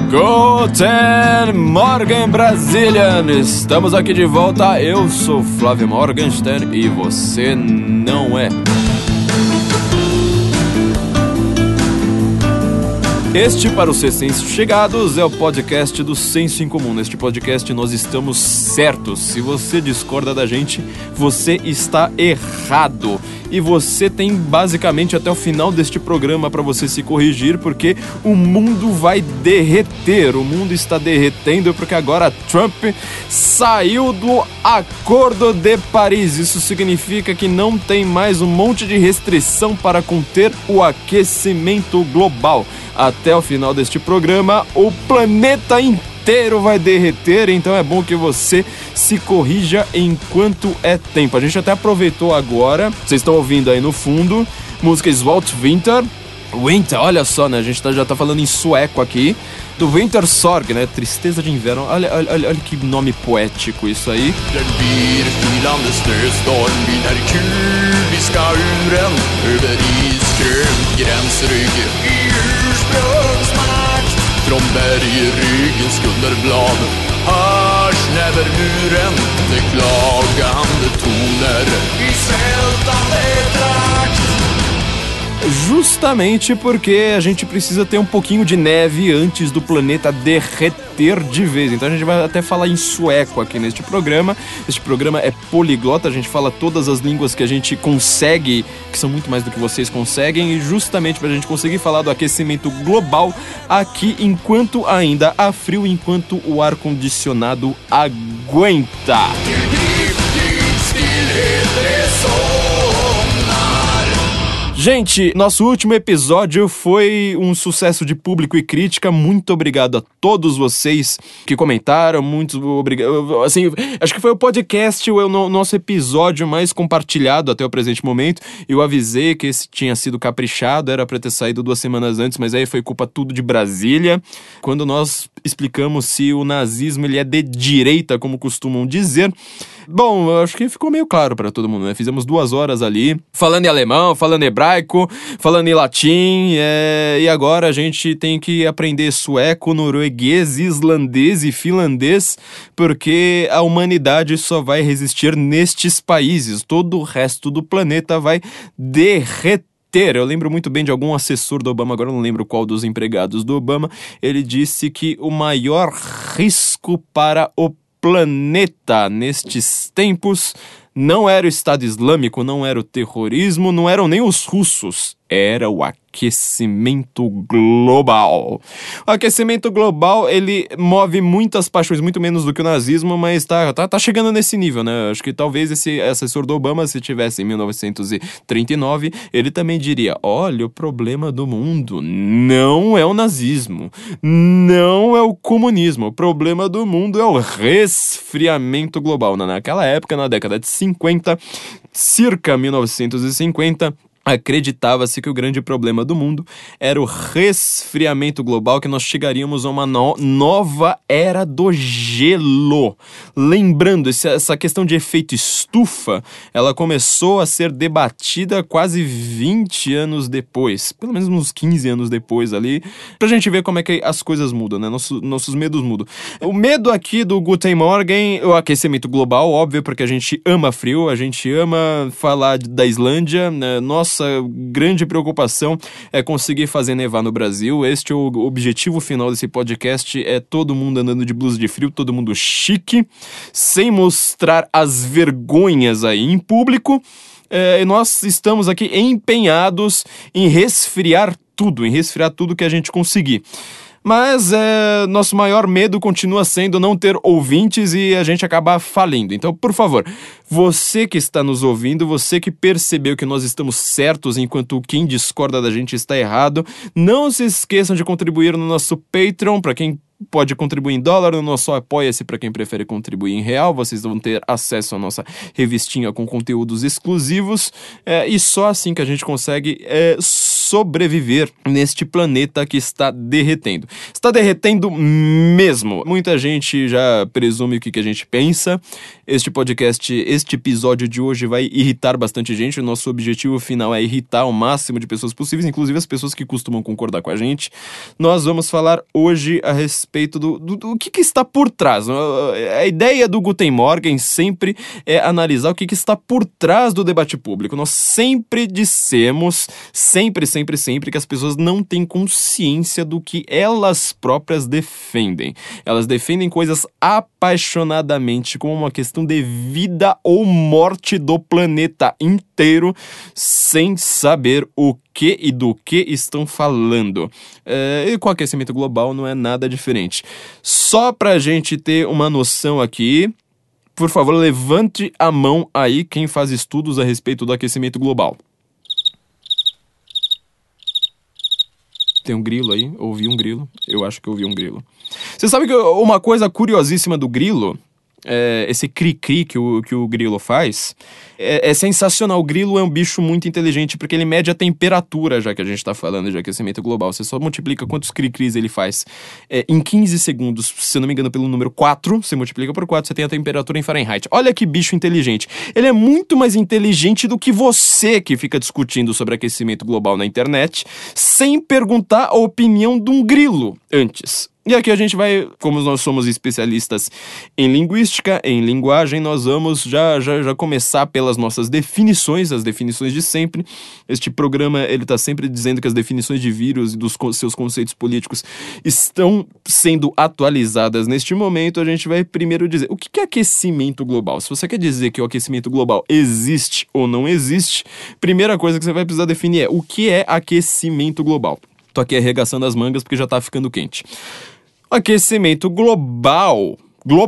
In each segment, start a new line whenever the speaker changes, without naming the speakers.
Guten Morgen, Brazilian! Estamos aqui de volta, eu sou Flávio Morgenstern e você não é. Este, para os recém-chegados, é o podcast do Senso em Comum. Neste podcast nós estamos certos. Se você discorda da gente, você está errado. E você tem basicamente até o final deste programa para você se corrigir, porque o mundo vai derreter. O mundo está derretendo porque agora Trump saiu do Acordo de Paris. Isso significa que não tem mais um monte de restrição para conter o aquecimento global. Até o final deste programa, o planeta inteiro vai derreter, então é bom que você se corrija enquanto é tempo. A gente até aproveitou agora, vocês estão ouvindo aí no fundo, música Svalt Winter, olha só, né, a gente já tá falando em sueco aqui, do Winter Sorg, né, tristeza de inverno, olha que nome poético isso aí.
Från bergryggens skulderblad hörs nävermuren med klagande toner i svältande trakt.
Justamente porque a gente precisa ter um pouquinho de neve antes do planeta derreter de vez. Então a gente vai até falar em sueco aqui neste programa. Este programa é poliglota, a gente fala todas as línguas que a gente consegue, que são muito mais do que vocês conseguem, e justamente pra gente conseguir falar do aquecimento global aqui enquanto ainda há frio, enquanto o ar-condicionado aguenta. Gente, nosso último episódio foi um sucesso de público e crítica. Muito obrigado a todos vocês que comentaram. Muito obrigado. Assim, acho que foi o podcast, o nosso episódio mais compartilhado até o presente momento. Eu avisei que esse tinha sido caprichado, era pra ter saído 2 semanas antes, mas aí foi culpa tudo de Brasília. Quando nós explicamos se o nazismo ele é de direita, como costumam dizer. Bom, eu acho que ficou meio claro pra todo mundo, né? Fizemos 2 horas ali, falando em alemão, falando em hebraico, falando em latim, e agora a gente tem que aprender sueco, norueguês, islandês e finlandês, porque a humanidade só vai resistir nestes países, todo o resto do planeta vai derreter. Eu lembro muito bem de algum assessor do Obama, agora eu não lembro qual dos empregados do Obama, ele disse que o maior risco para o planeta nestes tempos não era o Estado Islâmico, não era o terrorismo, não eram nem os russos, era o aquecimento global. O aquecimento global, ele move muitas paixões, muito menos do que o nazismo, mas tá chegando nesse nível, né? Acho que talvez esse assessor do Obama, se tivesse em 1939, ele também diria, olha, o problema do mundo não é o nazismo, não é o comunismo, o problema do mundo é o resfriamento global. Naquela época, na década de 50, circa 1950, acreditava-se que o grande problema do mundo era o resfriamento global, que nós chegaríamos a uma nova era do gelo. Lembrando, essa questão de efeito estufa, ela começou a ser debatida quase 20 anos depois, pelo menos uns 15 anos depois ali, pra gente ver como é que as coisas mudam, né? Nossos medos mudam. O medo aqui do Guten Morgen, o aquecimento global, óbvio, porque a gente ama frio, a gente ama falar da Islândia, né? Nossa grande preocupação é conseguir fazer nevar no Brasil. Este é o objetivo final desse podcast, é todo mundo andando de blusa de frio, todo mundo chique, sem mostrar as vergonhas aí em público. E nós estamos aqui empenhados em resfriar tudo que a gente conseguir. Mas nosso maior medo continua sendo não ter ouvintes e a gente acabar falindo. Então, por favor, você que está nos ouvindo, você que percebeu que nós estamos certos enquanto quem discorda da gente está errado, não se esqueçam de contribuir no nosso Patreon, para quem pode contribuir em dólar, no nosso Apoia-se para quem prefere contribuir em real. Vocês vão ter acesso à nossa revistinha com conteúdos exclusivos, e só assim que a gente consegue sobreviver neste planeta que está derretendo. Está derretendo mesmo. Muita gente já presume o que a gente pensa. Este episódio de hoje vai irritar bastante gente. O nosso objetivo final é irritar o máximo de pessoas possíveis, inclusive as pessoas que costumam concordar com a gente. Nós vamos falar hoje a respeito do que está por trás. A ideia do Guten Morgen sempre é analisar o que está por trás do debate público. Nós sempre dissemos, sempre que as pessoas não têm consciência do que elas próprias defendem. Elas defendem coisas apaixonadamente como uma questão de vida ou morte do planeta inteiro, sem saber o que e do que estão falando. E com o aquecimento global não é nada diferente. Só pra gente ter uma noção aqui, por favor, levante a mão aí quem faz estudos a respeito do aquecimento global. Tem um grilo aí? Ouvi um grilo? Eu acho que ouvi um grilo. Você sabe que uma coisa curiosíssima do grilo, esse cri-cri que o grilo faz, é sensacional. O grilo é um bicho muito inteligente porque ele mede a temperatura, já que a gente tá falando de aquecimento global. Você só multiplica quantos cri-cris ele faz. Em 15 segundos, se eu não me engano, pelo número 4, você multiplica por 4, você tem a temperatura em Fahrenheit. Olha que bicho inteligente. Ele é muito mais inteligente do que você que fica discutindo sobre aquecimento global na internet, sem perguntar a opinião de um grilo antes. E aqui a gente vai, como nós somos especialistas em linguística, em linguagem, nós vamos já começar pelas nossas definições, as definições de sempre. Este programa, ele tá sempre dizendo que as definições de vírus e dos seus conceitos políticos estão sendo atualizadas neste momento. A gente vai primeiro dizer, o que é aquecimento global? Se você quer dizer que o aquecimento global existe ou não existe, primeira coisa que você vai precisar definir é o que é aquecimento global. Tô aqui arregaçando as mangas porque já tá ficando quente. Aquecimento global,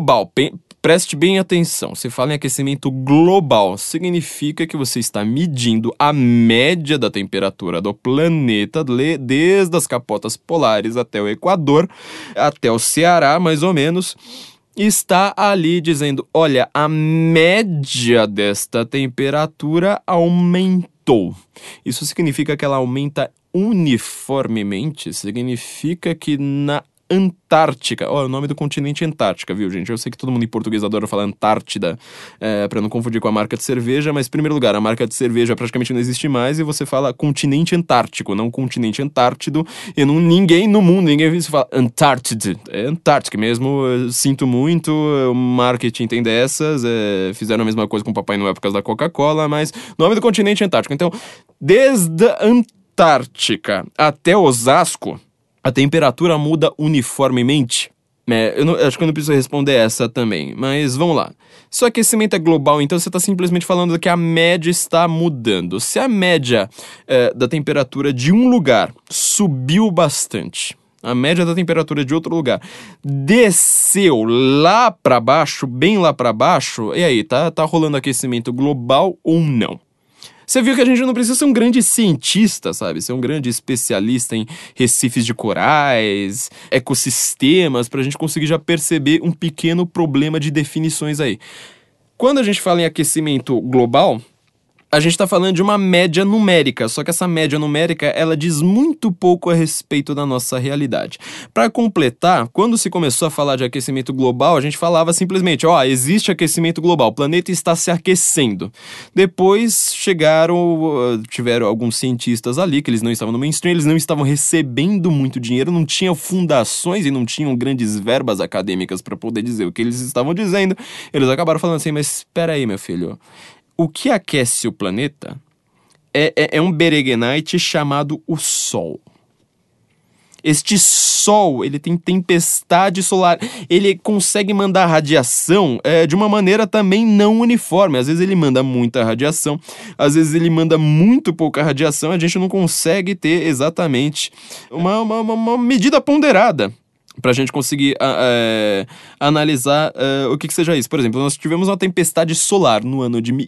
preste bem atenção, se fala em aquecimento global, significa que você está medindo a média da temperatura do planeta, desde as capotas polares até o Equador, até o Ceará, mais ou menos, está ali dizendo, olha, a média desta temperatura aumentou. Isso significa que ela aumenta uniformemente, significa que na Antártica, o nome do continente Antártica, viu, gente? Eu sei que todo mundo em português adora falar Antártida, pra não confundir com a marca de cerveja, mas, em primeiro lugar, a marca de cerveja praticamente não existe mais e você fala continente Antártico, não continente Antártido, e ninguém no mundo, ninguém fala Antártida, é Antártica mesmo, sinto muito, o marketing tem dessas, fizeram a mesma coisa com o Papai Noel por causa da Coca-Cola, mas nome do continente Antártico. Então, desde a Antártica até Osasco, a temperatura muda uniformemente? Acho que eu não preciso responder essa também, mas vamos lá. Se o aquecimento é global, então você está simplesmente falando que a média está mudando. Se a média da temperatura de um lugar subiu bastante, a média da temperatura de outro lugar desceu lá para baixo, bem lá para baixo, e aí, tá rolando aquecimento global ou não? Você viu que a gente não precisa ser um grande cientista, sabe? Ser um grande especialista em recifes de corais, ecossistemas, pra gente conseguir já perceber um pequeno problema de definições aí. Quando a gente fala em aquecimento global, a gente está falando de uma média numérica, só que essa média numérica, ela diz muito pouco a respeito da nossa realidade. Para completar, quando se começou a falar de aquecimento global, a gente falava simplesmente, existe aquecimento global, o planeta está se aquecendo. Depois tiveram alguns cientistas ali, que eles não estavam no mainstream, eles não estavam recebendo muito dinheiro, não tinham fundações e não tinham grandes verbas acadêmicas para poder dizer o que eles estavam dizendo. Eles acabaram falando assim, mas espera aí, meu filho, o que aquece o planeta é um bereguenite chamado o Sol. Este Sol, ele tem tempestade solar, ele consegue mandar radiação de uma maneira também não uniforme. Às vezes ele manda muita radiação, às vezes ele manda muito pouca radiação, a gente não consegue ter exatamente uma medida ponderada pra gente conseguir analisar o que seja isso. Por exemplo, nós tivemos uma tempestade solar no ano de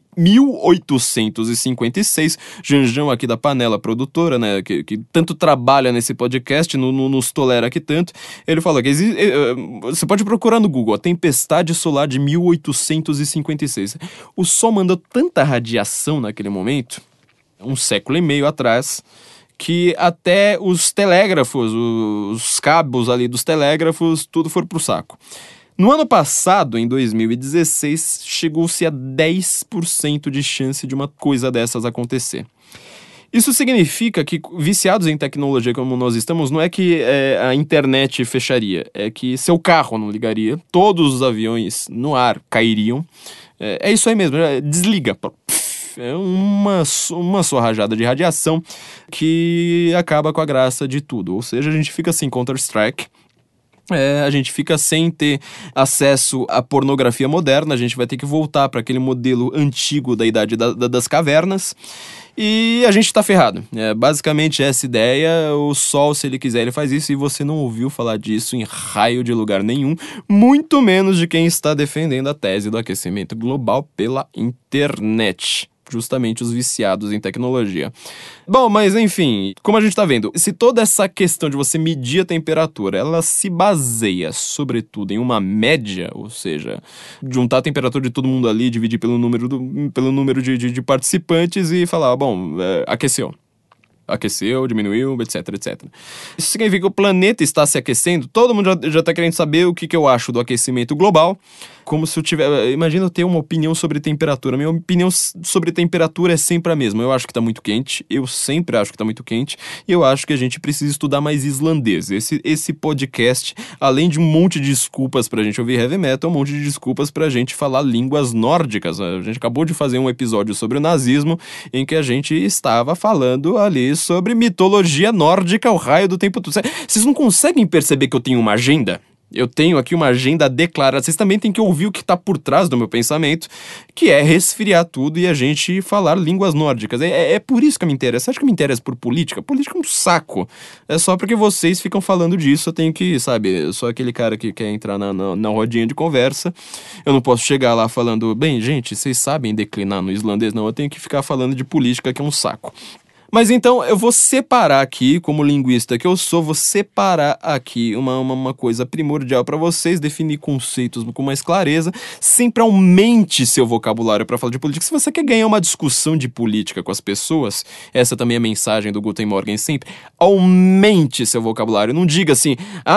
1856. Janjão aqui da Panela Produtora, né, que tanto trabalha nesse podcast, nos tolera aqui tanto, ele falou que você pode procurar no Google, a tempestade solar de 1856. O Sol mandou tanta radiação naquele momento, um século e meio atrás, que até os telégrafos, os cabos ali dos telégrafos, tudo for pro saco. No ano passado, em 2016, chegou-se a 10% de chance de uma coisa dessas acontecer. Isso significa que, viciados em tecnologia como nós estamos, não é que a internet fecharia, é que seu carro não ligaria, todos os aviões no ar cairiam. É isso aí mesmo, desliga. É uma só rajada de radiação que acaba com a graça de tudo. Ou seja, a gente fica sem Counter-Strike. A gente fica sem ter acesso à pornografia moderna, a gente vai ter que voltar para aquele modelo antigo da idade das cavernas e a gente tá ferrado. Basicamente essa ideia, o Sol, se ele quiser, ele faz isso e você não ouviu falar disso em raio de lugar nenhum, muito menos de quem está defendendo a tese do aquecimento global pela internet. Justamente os viciados em tecnologia. Bom, mas enfim, como a gente tá vendo, se toda essa questão de você medir a temperatura, ela se baseia, sobretudo, em uma média, ou seja, juntar a temperatura de todo mundo ali, dividir pelo número de participantes e falar, bom, aqueceu, diminuiu, etc, etc. Isso significa que o planeta está se aquecendo. Todo mundo já está querendo saber o que eu acho do aquecimento global. Como se eu tiver... Imagina eu ter uma opinião sobre temperatura. Minha opinião sobre temperatura é sempre a mesma. Eu acho que está muito quente. Eu sempre acho que está muito quente. E eu acho que a gente precisa estudar mais islandês. Esse podcast, além de um monte de desculpas pra gente ouvir heavy metal, um monte de desculpas pra gente falar línguas nórdicas. A gente acabou de fazer um episódio sobre o nazismo, em que a gente estava falando ali sobre mitologia nórdica, o raio do tempo todo. Vocês não conseguem perceber que eu tenho uma agenda? Eu tenho aqui uma agenda declarada. Vocês também têm que ouvir o que está por trás do meu pensamento, que é resfriar tudo e a gente falar línguas nórdicas. É por isso que me interessa. Você acha que me interessa por política? Política é um saco. É só porque vocês ficam falando disso. Eu tenho que, sabe, eu sou aquele cara que quer entrar na rodinha de conversa. Eu não posso chegar lá falando, bem, gente, vocês sabem declinar no islandês? Não, eu tenho que ficar falando de política, que é um saco. Mas então eu vou separar aqui, como linguista que eu sou, vou separar aqui uma coisa primordial para vocês, definir conceitos com mais clareza. Sempre aumente seu vocabulário para falar de política. Se você quer ganhar uma discussão de política com as pessoas, essa também é a mensagem do Guten Morgen sempre, aumente seu vocabulário. Não diga assim,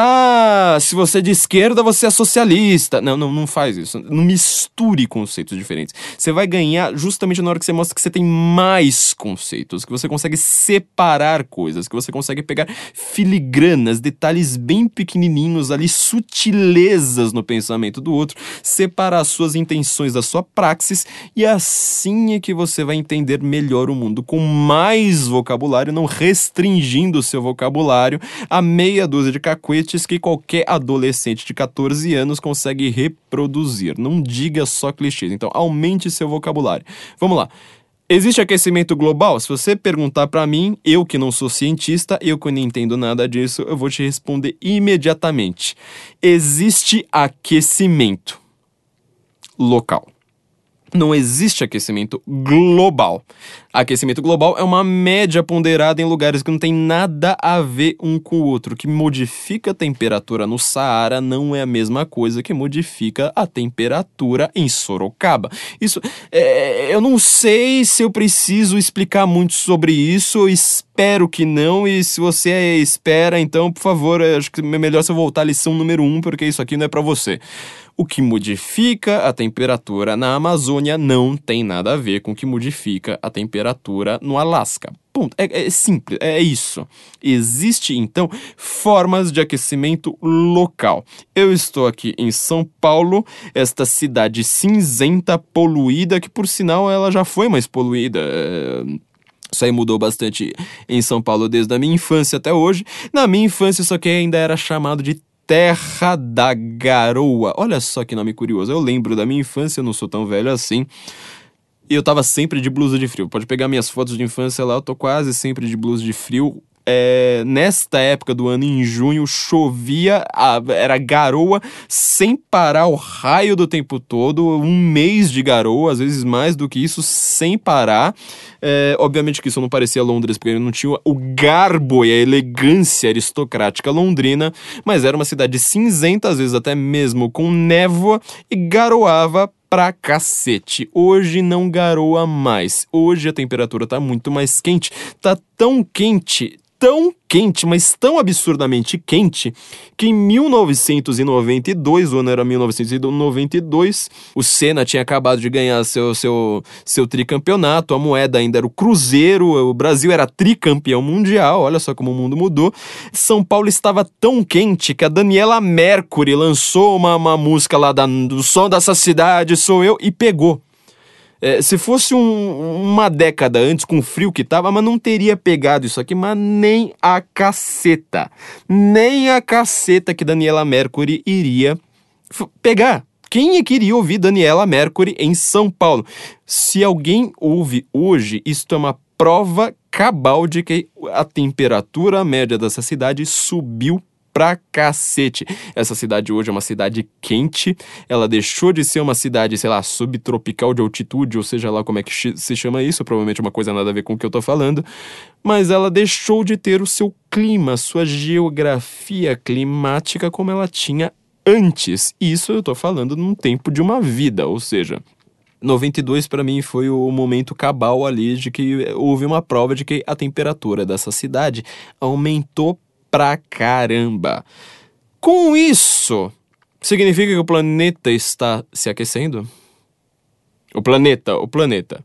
se você é de esquerda, você é socialista. Não faz isso. Não misture conceitos diferentes. Você vai ganhar justamente na hora que você mostra que você tem mais conceitos, que você consegue separar coisas, que você consegue pegar filigranas, detalhes bem pequenininhos ali, sutilezas no pensamento do outro, separar as suas intenções da sua praxis, e assim é que você vai entender melhor o mundo, com mais vocabulário, não restringindo o seu vocabulário a meia dúzia de cacuetes que qualquer adolescente de 14 anos consegue reproduzir. Não diga só clichês, então aumente seu vocabulário. Vamos lá. Existe aquecimento global? Se você perguntar pra mim, eu que não sou cientista, eu que não entendo nada disso, eu vou te responder imediatamente. Existe aquecimento local. Não existe aquecimento global. Aquecimento global é uma média ponderada em lugares que não tem nada a ver um com o outro. O que modifica a temperatura no Saara não é a mesma coisa que modifica a temperatura em Sorocaba. Isso, eu não sei se eu preciso explicar muito sobre isso, eu espero que não, e se você espera, então, por favor, acho que é melhor você voltar à lição número 1, porque isso aqui não é pra você. O que modifica a temperatura na Amazônia não tem nada a ver com o que modifica a temperatura no Alasca. Ponto. É simples, é isso. Existe, então, formas de aquecimento local. Eu estou aqui em São Paulo, esta cidade cinzenta, poluída, que por sinal ela já foi mais poluída. Isso aí mudou bastante em São Paulo desde a minha infância até hoje. Na minha infância isso aqui ainda era chamado de Terra da Garoa. Olha só que nome curioso. Eu lembro da minha infância, eu não sou tão velho assim. E eu tava sempre de blusa de frio. Pode pegar minhas fotos de infância lá, eu tô quase sempre de blusa de frio. Nesta época do ano, em junho, chovia, era garoa sem parar, o raio do tempo todo, um mês de garoa, às vezes mais do que isso, sem parar. Obviamente que isso não parecia Londres, porque não tinha o garbo e a elegância aristocrática londrina, mas era uma cidade cinzenta, às vezes até mesmo com névoa, e garoava pra cacete. Hoje não garoa mais. Hoje a temperatura tá muito mais quente. Tá tão quente, mas tão absurdamente quente, que em 1992, o ano era 1992, o Senna tinha acabado de ganhar seu tricampeonato, a moeda ainda era o Cruzeiro, o Brasil era tricampeão mundial, olha só como o mundo mudou. São Paulo estava tão quente que a Daniela Mercury lançou uma música lá do Som dessa Cidade Sou Eu e pegou. Se fosse uma década antes, com o frio que tava, mas não teria pegado isso aqui, mas nem a caceta. Nem a caceta que Daniela Mercury iria pegar. Quem queria ouvir Daniela Mercury em São Paulo? Se alguém ouve hoje, isto é uma prova cabal de que a temperatura média dessa cidade subiu pra cacete. Essa cidade hoje é uma cidade quente, ela deixou de ser uma cidade, sei lá, subtropical de altitude, ou seja lá como é que se chama isso, provavelmente uma coisa nada a ver com o que eu tô falando, mas ela deixou de ter o seu clima, sua geografia climática como ela tinha antes. Isso eu tô falando num tempo de uma vida, ou seja, 92 para mim foi o momento cabal ali de que houve uma prova de que a temperatura dessa cidade aumentou pra caramba. Com isso, significa que o planeta está se aquecendo? O planeta.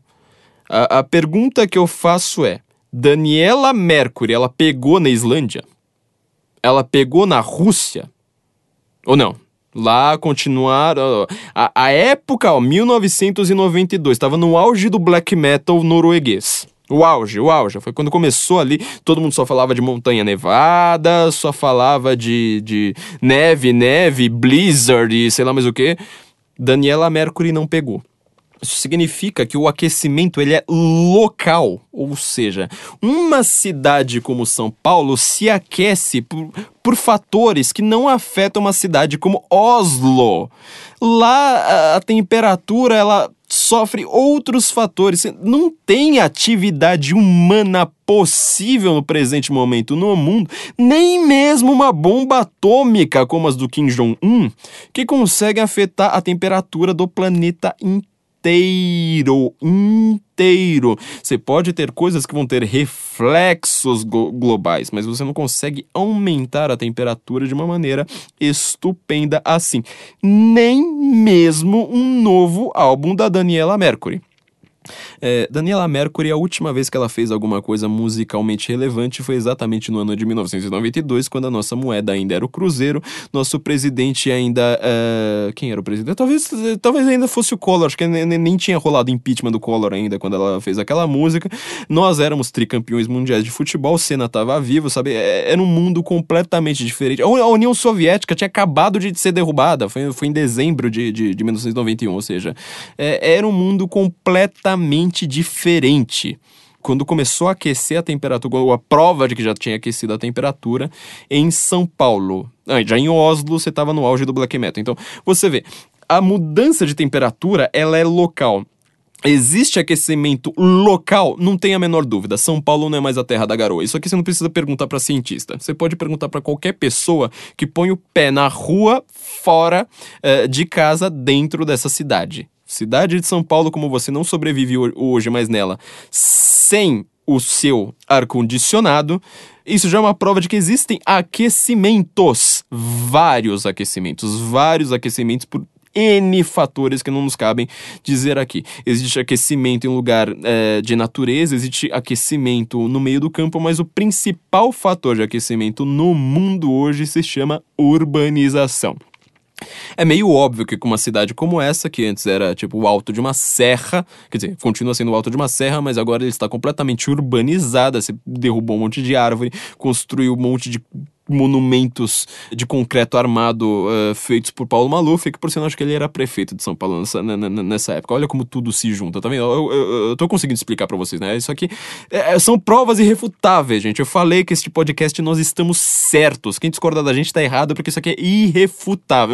A pergunta que eu faço é, Daniela Mercury, ela pegou na Islândia? Ela pegou na Rússia? Ou não? Lá continuaram... A época, 1992, estava no auge do black metal norueguês. O auge, foi quando começou ali, todo mundo só falava de montanha nevada, só falava de neve, blizzard e sei lá mais o que. Daniela Mercury não pegou. Isso significa que o aquecimento ele é local, ou seja, uma cidade como São Paulo se aquece por fatores que não afetam uma cidade como Oslo. Lá a temperatura ela sofre outros fatores. Não tem atividade humana possível no presente momento no mundo, nem mesmo uma bomba atômica como as do Kim Jong-un, que consegue afetar a temperatura do planeta inteiro. Você pode ter coisas que vão ter reflexos globais, mas você não consegue aumentar a temperatura de uma maneira estupenda assim. Nem mesmo um novo álbum da Daniela Mercury. Daniela Mercury, a última vez que ela fez alguma coisa musicalmente relevante foi exatamente no ano de 1992, quando a nossa moeda ainda era o Cruzeiro, nosso presidente ainda... quem era o presidente? Talvez ainda fosse o Collor, acho que nem tinha rolado impeachment do Collor ainda quando ela fez aquela música. Nós éramos tricampeões mundiais de futebol, Senna estava vivo, sabe? Era um mundo completamente diferente. A União Soviética tinha acabado de ser derrubada, foi em dezembro de 1991, ou seja, era um mundo completamente diferente. Quando começou a aquecer a temperatura, a prova de que já tinha aquecido a temperatura em São Paulo. Já em Oslo, você estava no auge do black metal. Então, você vê, a mudança de temperatura, ela é local. Existe aquecimento local? Não tem a menor dúvida. São Paulo não é mais a terra da garoa. Isso aqui você não precisa perguntar para cientista. Você pode perguntar para qualquer pessoa que põe o pé na rua, fora de casa, dentro dessa cidade. Cidade de São Paulo, como você não sobrevive hoje mais nela, sem o seu ar-condicionado, isso já é uma prova de que existem aquecimentos. Vários aquecimentos por N fatores que não nos cabem dizer aqui. Existe aquecimento em lugar de natureza, existe aquecimento no meio do campo, mas o principal fator de aquecimento no mundo hoje se chama urbanização. É meio óbvio que com uma cidade como essa, que antes era tipo o alto de uma serra, quer dizer, continua sendo o alto de uma serra, mas agora ele está completamente urbanizada, você derrubou um monte de árvore, construiu um monte de monumentos de concreto armado feitos por Paulo Maluf, que por sinal acho que ele era prefeito de São Paulo nessa época. Olha como tudo se junta, tá vendo? Eu tô conseguindo explicar pra vocês, né? Isso aqui são provas irrefutáveis, gente. Eu falei que este podcast nós estamos certos. Quem discordar da gente tá errado, porque isso aqui é irrefutável.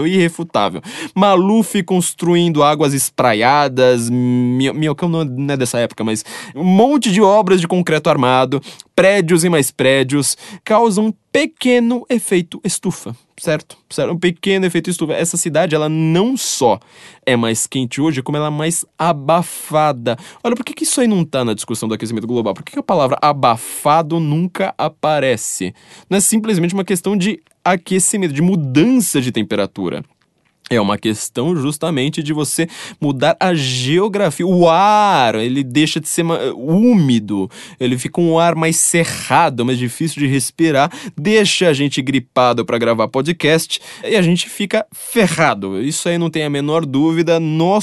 Maluf construindo águas espraiadas, Minhocão não é dessa época, mas um monte de obras de concreto armado, prédios e mais prédios, causam um pequeno efeito estufa. Certo. Um pequeno efeito estufa. Essa cidade, ela não só é mais quente hoje, como ela é mais abafada. Olha, por que isso aí não tá na discussão do aquecimento global? Por que a palavra abafado nunca aparece? Não é simplesmente uma questão de aquecimento, de mudança de temperatura. É uma questão justamente de você mudar a geografia. O ar, ele deixa de ser úmido, ele fica um ar mais cerrado, mais difícil de respirar, deixa a gente gripado para gravar podcast e a gente fica ferrado. Isso aí não tem a menor dúvida.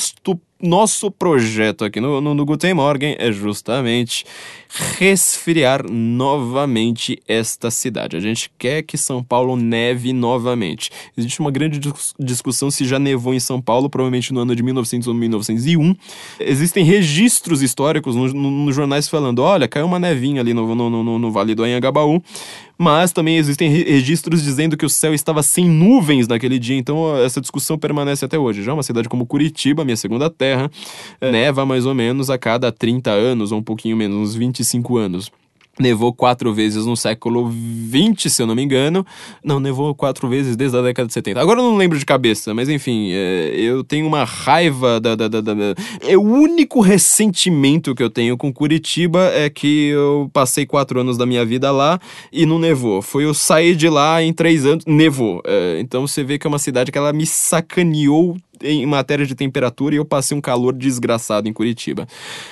Nosso projeto aqui no Guten Morgen é justamente resfriar novamente esta cidade. A gente quer que São Paulo neve novamente. Existe uma grande discussão se já nevou em São Paulo, provavelmente no ano de 1900 ou 1901. Existem registros históricos nos jornais falando, olha, caiu uma nevinha ali no Vale do Anhangabaú. Mas também existem registros dizendo que o céu estava sem nuvens naquele dia, então essa discussão permanece até hoje. Já uma cidade como Curitiba, minha segunda terra, neva mais ou menos a cada 30 anos, ou um pouquinho menos, uns 25 anos. Nevou 4 vezes no século XX, se eu não me engano. Não, nevou 4 vezes desde a década de 70. Agora eu não lembro de cabeça, mas enfim, eu tenho uma raiva O único ressentimento que eu tenho com Curitiba é que eu passei 4 anos da minha vida lá e não nevou. Foi eu sair de lá em 3 anos, nevou. Então você vê que é uma cidade que ela me sacaneou em matéria de temperatura e eu passei um calor desgraçado em Curitiba.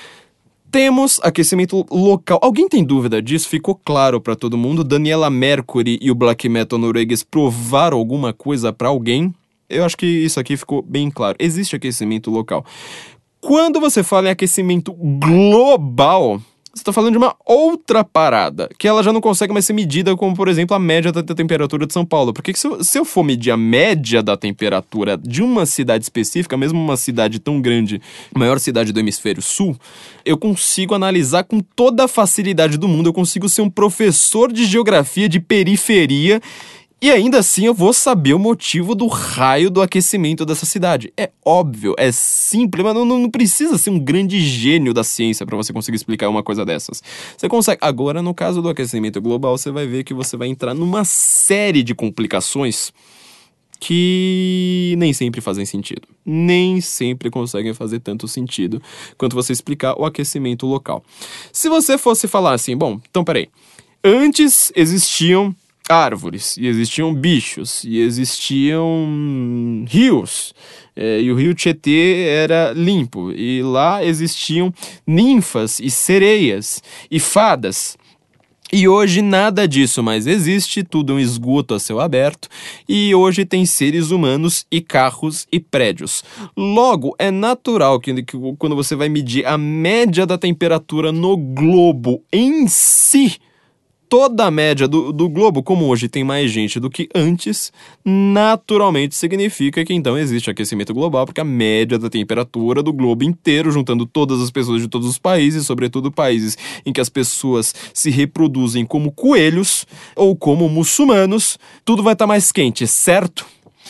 Temos aquecimento local. Alguém tem dúvida disso? Ficou claro pra todo mundo? Daniela Mercury e o black metal norueguês provaram alguma coisa pra alguém? Eu acho que isso aqui ficou bem claro. Existe aquecimento local. Quando você fala em aquecimento global, você está falando de uma outra parada, que ela já não consegue mais ser medida como, por exemplo, a média da temperatura de São Paulo. Porque se eu for medir a média da temperatura de uma cidade específica, mesmo uma cidade tão grande, maior cidade do hemisfério sul, eu consigo analisar com toda a facilidade do mundo, eu consigo ser um professor de geografia de periferia e ainda assim eu vou saber o motivo do raio do aquecimento dessa cidade. É óbvio, é simples, mas não precisa ser um grande gênio da ciência para você conseguir explicar uma coisa dessas. Você consegue. Agora, no caso do aquecimento global, você vai ver que você vai entrar numa série de complicações que nem sempre fazem sentido. Nem sempre conseguem fazer tanto sentido quanto você explicar o aquecimento local. Se você fosse falar assim, bom, então peraí. Antes existiam árvores, e existiam bichos, e existiam rios, e o rio Tietê era limpo, e lá existiam ninfas e sereias e fadas. E hoje nada disso mais existe, tudo é um esgoto a céu aberto, e hoje tem seres humanos e carros e prédios. Logo, é natural que quando você vai medir a média da temperatura no globo em si, toda a média do globo, como hoje tem mais gente do que antes, naturalmente significa que então existe aquecimento global, porque a média da temperatura do globo inteiro, juntando todas as pessoas de todos os países, sobretudo países em que as pessoas se reproduzem como coelhos ou como muçulmanos, tudo vai estar mais quente, certo?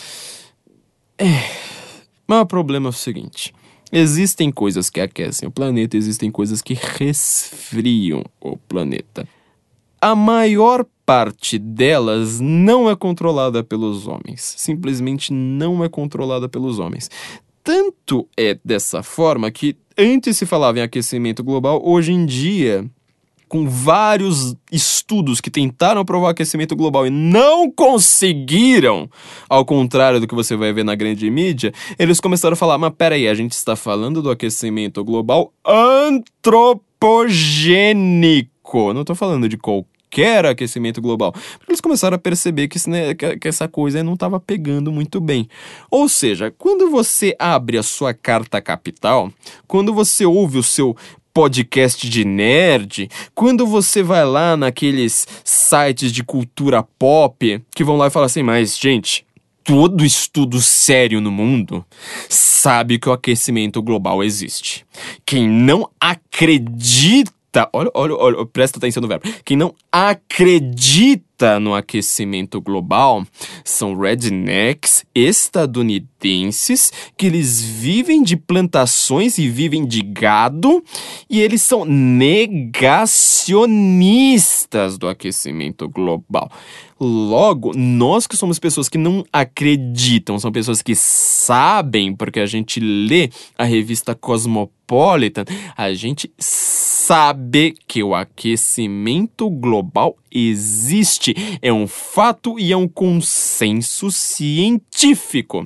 Mas o problema é o seguinte: existem coisas que aquecem o planeta, existem coisas que resfriam o planeta. A maior parte delas não é controlada pelos homens. Simplesmente não é controlada pelos homens. Tanto é dessa forma que antes se falava em aquecimento global, hoje em dia, com vários estudos que tentaram provar aquecimento global e não conseguiram, ao contrário do que você vai ver na grande mídia, eles começaram a falar, mas peraí, a gente está falando do aquecimento global antropogênico. Não estou falando de qualquer aquecimento global. Porque eles começaram a perceber que essa coisa não estava pegando muito bem. Ou seja, quando você abre a sua carta capital, quando você ouve o seu podcast de nerd, quando você vai lá naqueles sites de cultura pop, que vão lá e falam assim, mas gente, todo estudo sério no mundo sabe que o aquecimento global existe. Quem não acredita, olha, presta atenção no verbo. Quem não acredita no aquecimento global são rednecks estadunidenses que eles vivem de plantações e vivem de gado e eles são negacionistas do aquecimento global. Logo, nós que somos pessoas que não acreditam, são pessoas que sabem, porque a gente lê a revista Cosmopolitan, a gente sabe que o aquecimento global existe, é um fato e é um consenso científico.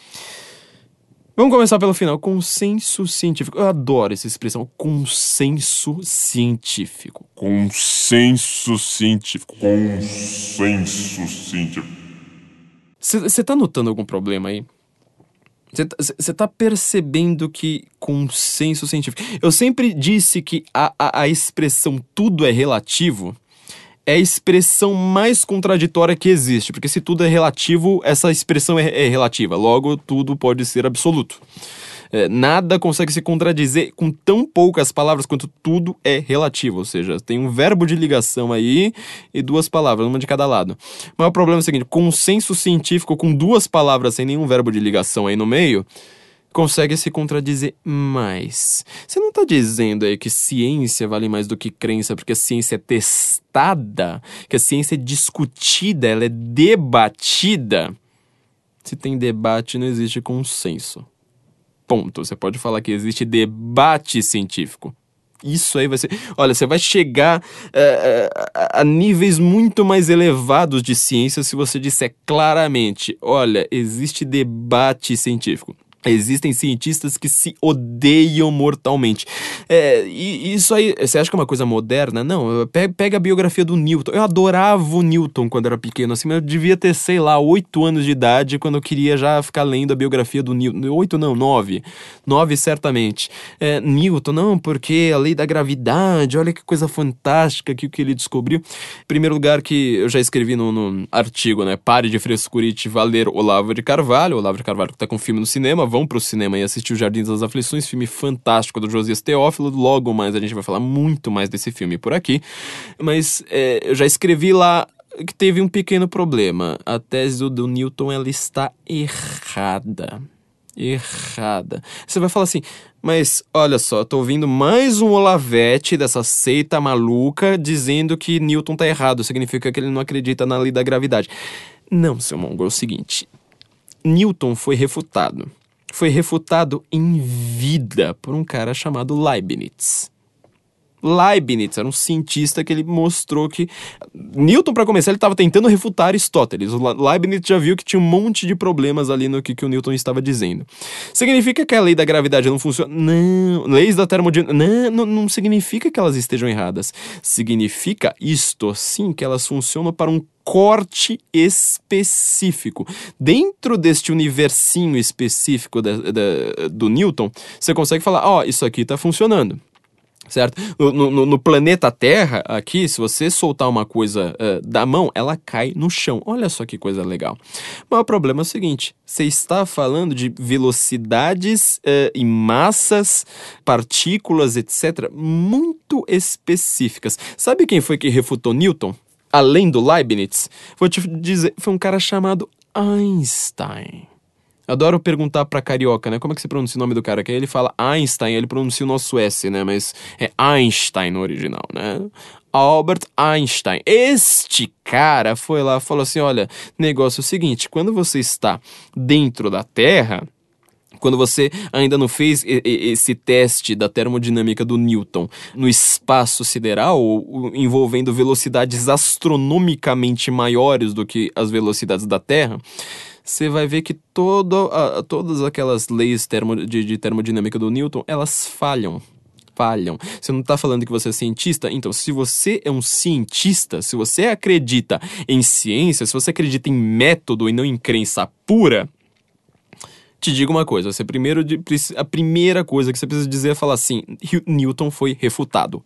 Vamos começar pelo final. Consenso científico. Eu adoro essa expressão. Consenso científico.
Consenso científico. Consenso científico.
Você tá notando algum problema aí? Você tá percebendo que consenso científico... Eu sempre disse que a expressão tudo é relativo é a expressão mais contraditória que existe, porque se tudo é relativo, essa expressão é relativa, logo tudo pode ser absoluto. Nada consegue se contradizer com tão poucas palavras quanto tudo é relativo, ou seja, tem um verbo de ligação aí e duas palavras, uma de cada lado. Mas o problema é o seguinte, consenso científico com duas palavras sem nenhum verbo de ligação aí no meio, consegue se contradizer mais. Você não está dizendo aí que ciência vale mais do que crença, porque a ciência é testada, que a ciência é discutida, ela é debatida. Se tem debate, não existe consenso. Ponto. Você pode falar que existe debate científico. Isso aí vai ser... Olha, você vai chegar a níveis muito mais elevados de ciência se você disser claramente, olha, existe debate científico. Existem cientistas que se odeiam mortalmente. E isso aí, você acha que é uma coisa moderna? Não, pega a biografia do Newton. Eu adorava o Newton quando era pequeno, assim, mas eu devia ter, 8 anos de idade quando eu queria já ficar lendo a biografia do Newton. 8 não, 9. 9 certamente. Newton, não, porque a lei da gravidade, olha que coisa fantástica que ele descobriu. Em primeiro lugar que eu já escrevi no artigo, né? Pare de frescurite, valer Olavo de Carvalho. Olavo de Carvalho que tá com um filme no cinema. Vão pro cinema e assistir O Jardim das Aflições, filme fantástico do Josias Teófilo. Logo mais a gente vai falar muito mais desse filme por aqui. Mas eu já escrevi lá que teve um pequeno problema. A tese do Newton, ela está errada. Errada. Você vai falar assim, mas olha só, tô ouvindo mais um Olavete dessa seita maluca dizendo que Newton tá errado. Significa que ele não acredita na lei da gravidade. Não, seu mongo, é o seguinte. Newton foi refutado. Foi refutado em vida por um cara chamado Leibniz. Leibniz era um cientista que ele mostrou que... Newton, para começar, ele estava tentando refutar Aristóteles. O Leibniz já viu que tinha um monte de problemas ali no que o Newton estava dizendo. Significa que a lei da gravidade não funciona? Não. Leis da termodinâmica... Não significa que elas estejam erradas. Significa, isto sim, que elas funcionam para um corte específico. Dentro deste universinho específico do Newton, você consegue falar, isso aqui está funcionando. Certo? No planeta Terra, aqui, se você soltar uma coisa da mão, ela cai no chão. Olha só que coisa legal. Mas o problema é o seguinte, você está falando de velocidades e massas, partículas, etc., muito específicas. Sabe quem foi que refutou Newton? Além do Leibniz? Vou te dizer, foi um cara chamado Einstein. Adoro perguntar pra carioca, né? Como é que você pronuncia o nome do cara? Que aí ele fala Einstein, ele pronuncia o nosso S, né? Mas é Einstein no original, né? Albert Einstein. Este cara foi lá e falou assim, olha, negócio é o seguinte, quando você está dentro da Terra... Quando você ainda não fez esse teste da termodinâmica do Newton no espaço sideral, envolvendo velocidades astronomicamente maiores do que as velocidades da Terra, você vai ver que todas aquelas leis de termodinâmica do Newton, elas falham. Você não está falando que você é cientista? Então, se você é um cientista, se você acredita em ciência, se você acredita em método e não em crença pura... Te digo uma coisa, a primeira coisa que você precisa dizer é falar assim, Newton foi refutado,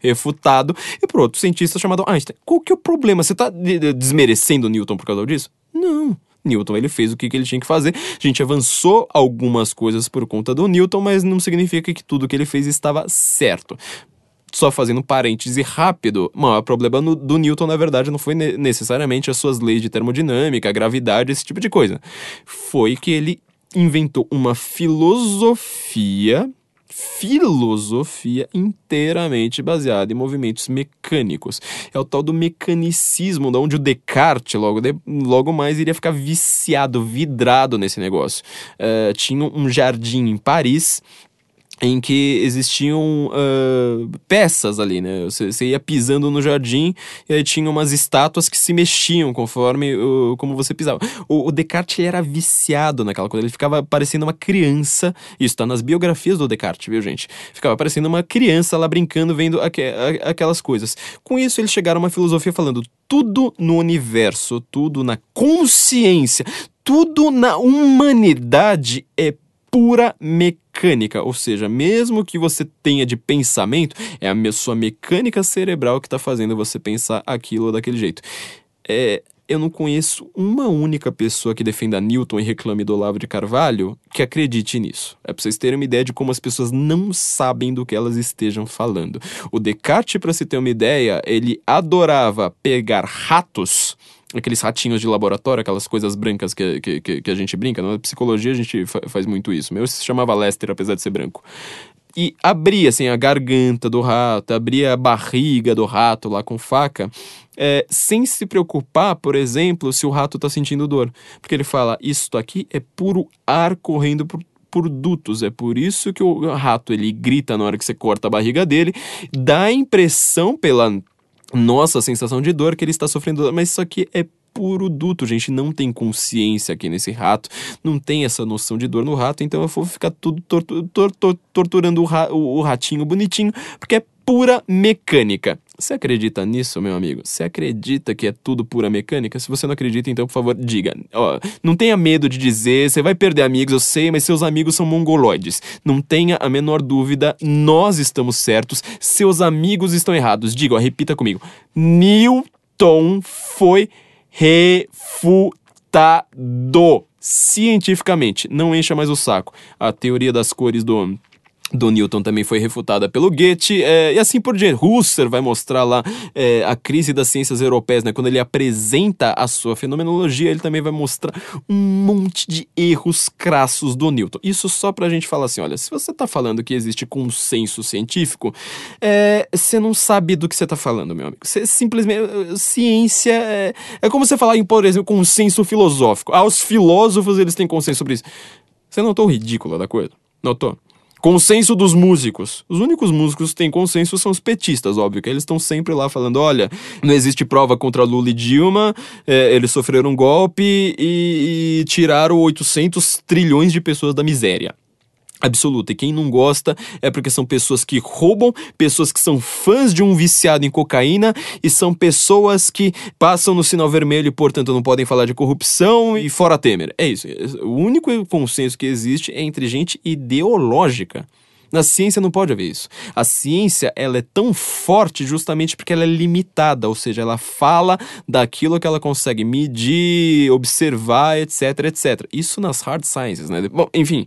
e por outro cientista chamado Einstein. Qual que é o problema? Você está desmerecendo Newton por causa disso? Não. Newton, ele fez o que ele tinha que fazer. A gente avançou algumas coisas por conta do Newton, mas não significa que tudo que ele fez estava certo. Só fazendo um parêntese rápido, o maior problema do Newton, na verdade, não foi necessariamente as suas leis de termodinâmica, gravidade, esse tipo de coisa. Foi que ele inventou uma filosofia inteiramente baseada em movimentos mecânicos. É o tal do mecanicismo, de onde o Descartes logo mais iria ficar viciado, vidrado nesse negócio. Tinha um jardim em Paris em que existiam peças ali, né? Você ia pisando no jardim e aí tinha umas estátuas que se mexiam conforme como você pisava. O Descartes, ele era viciado naquela coisa, ele ficava parecendo uma criança. Isso tá nas biografias do Descartes, viu, gente? Ficava parecendo uma criança lá brincando, vendo aquelas coisas. Com isso, eles chegaram a uma filosofia falando: tudo no universo, tudo na consciência, tudo na humanidade é pura mecânica, ou seja, mesmo que você tenha de pensamento, é a sua mecânica cerebral que está fazendo você pensar aquilo ou daquele jeito. Eu não conheço uma única pessoa que defenda Newton e reclame do Olavo de Carvalho que acredite nisso. É para vocês terem uma ideia de como as pessoas não sabem do que elas estejam falando. O Descartes, para se ter uma ideia, ele adorava pegar ratos, aqueles ratinhos de laboratório, aquelas coisas brancas que a gente brinca. Na psicologia a gente faz muito isso. Meu se chamava Lester, apesar de ser branco. E abria assim a garganta do rato, abria a barriga do rato lá com faca, sem se preocupar, por exemplo, se o rato tá sentindo dor. Porque ele fala: isso aqui é puro ar correndo por dutos. É por isso que o rato, ele grita na hora que você corta a barriga dele, dá a impressão pela nossa sensação de dor que ele está sofrendo dor, mas isso aqui é puro duto, gente. Não tem consciência aqui nesse rato, não tem essa noção de dor no rato, então eu vou ficar tudo torturando o ratinho bonitinho, porque é pura mecânica. Você acredita nisso, meu amigo? Você acredita que é tudo pura mecânica? Se você não acredita, então, por favor, diga. Não tenha medo de dizer, você vai perder amigos, eu sei, mas seus amigos são mongoloides. Não tenha a menor dúvida, nós estamos certos, seus amigos estão errados. Diga, repita comigo. Newton foi refutado cientificamente. Não encha mais o saco. A teoria das cores do Newton também foi refutada pelo Goethe, e assim por diante. Husserl vai mostrar lá a crise das ciências europeias, né? Quando ele apresenta a sua fenomenologia, ele também vai mostrar um monte de erros crassos do Newton. Isso só pra gente falar assim: olha, se você tá falando que existe consenso científico, você não sabe do que você tá falando, meu amigo. Você simplesmente... ciência é como você falar em, por exemplo, consenso filosófico. Os filósofos, eles têm consenso sobre isso. Você notou o ridículo da coisa? Notou? Consenso dos músicos. Os únicos músicos que têm consenso são os petistas, óbvio, que eles estão sempre lá falando: olha, não existe prova contra Lula e Dilma, eles sofreram um golpe e tiraram 800 trilhões de pessoas da miséria absoluta. E quem não gosta é porque são pessoas que roubam, pessoas que são fãs de um viciado em cocaína e são pessoas que passam no sinal vermelho e, portanto, não podem falar de corrupção e fora Temer. É isso. O único consenso que existe é entre gente ideológica. Na ciência não pode haver isso. A ciência, ela é tão forte justamente porque ela é limitada, ou seja, ela fala daquilo que ela consegue medir, observar, etc, etc. Isso nas hard sciences, né? Bom, enfim,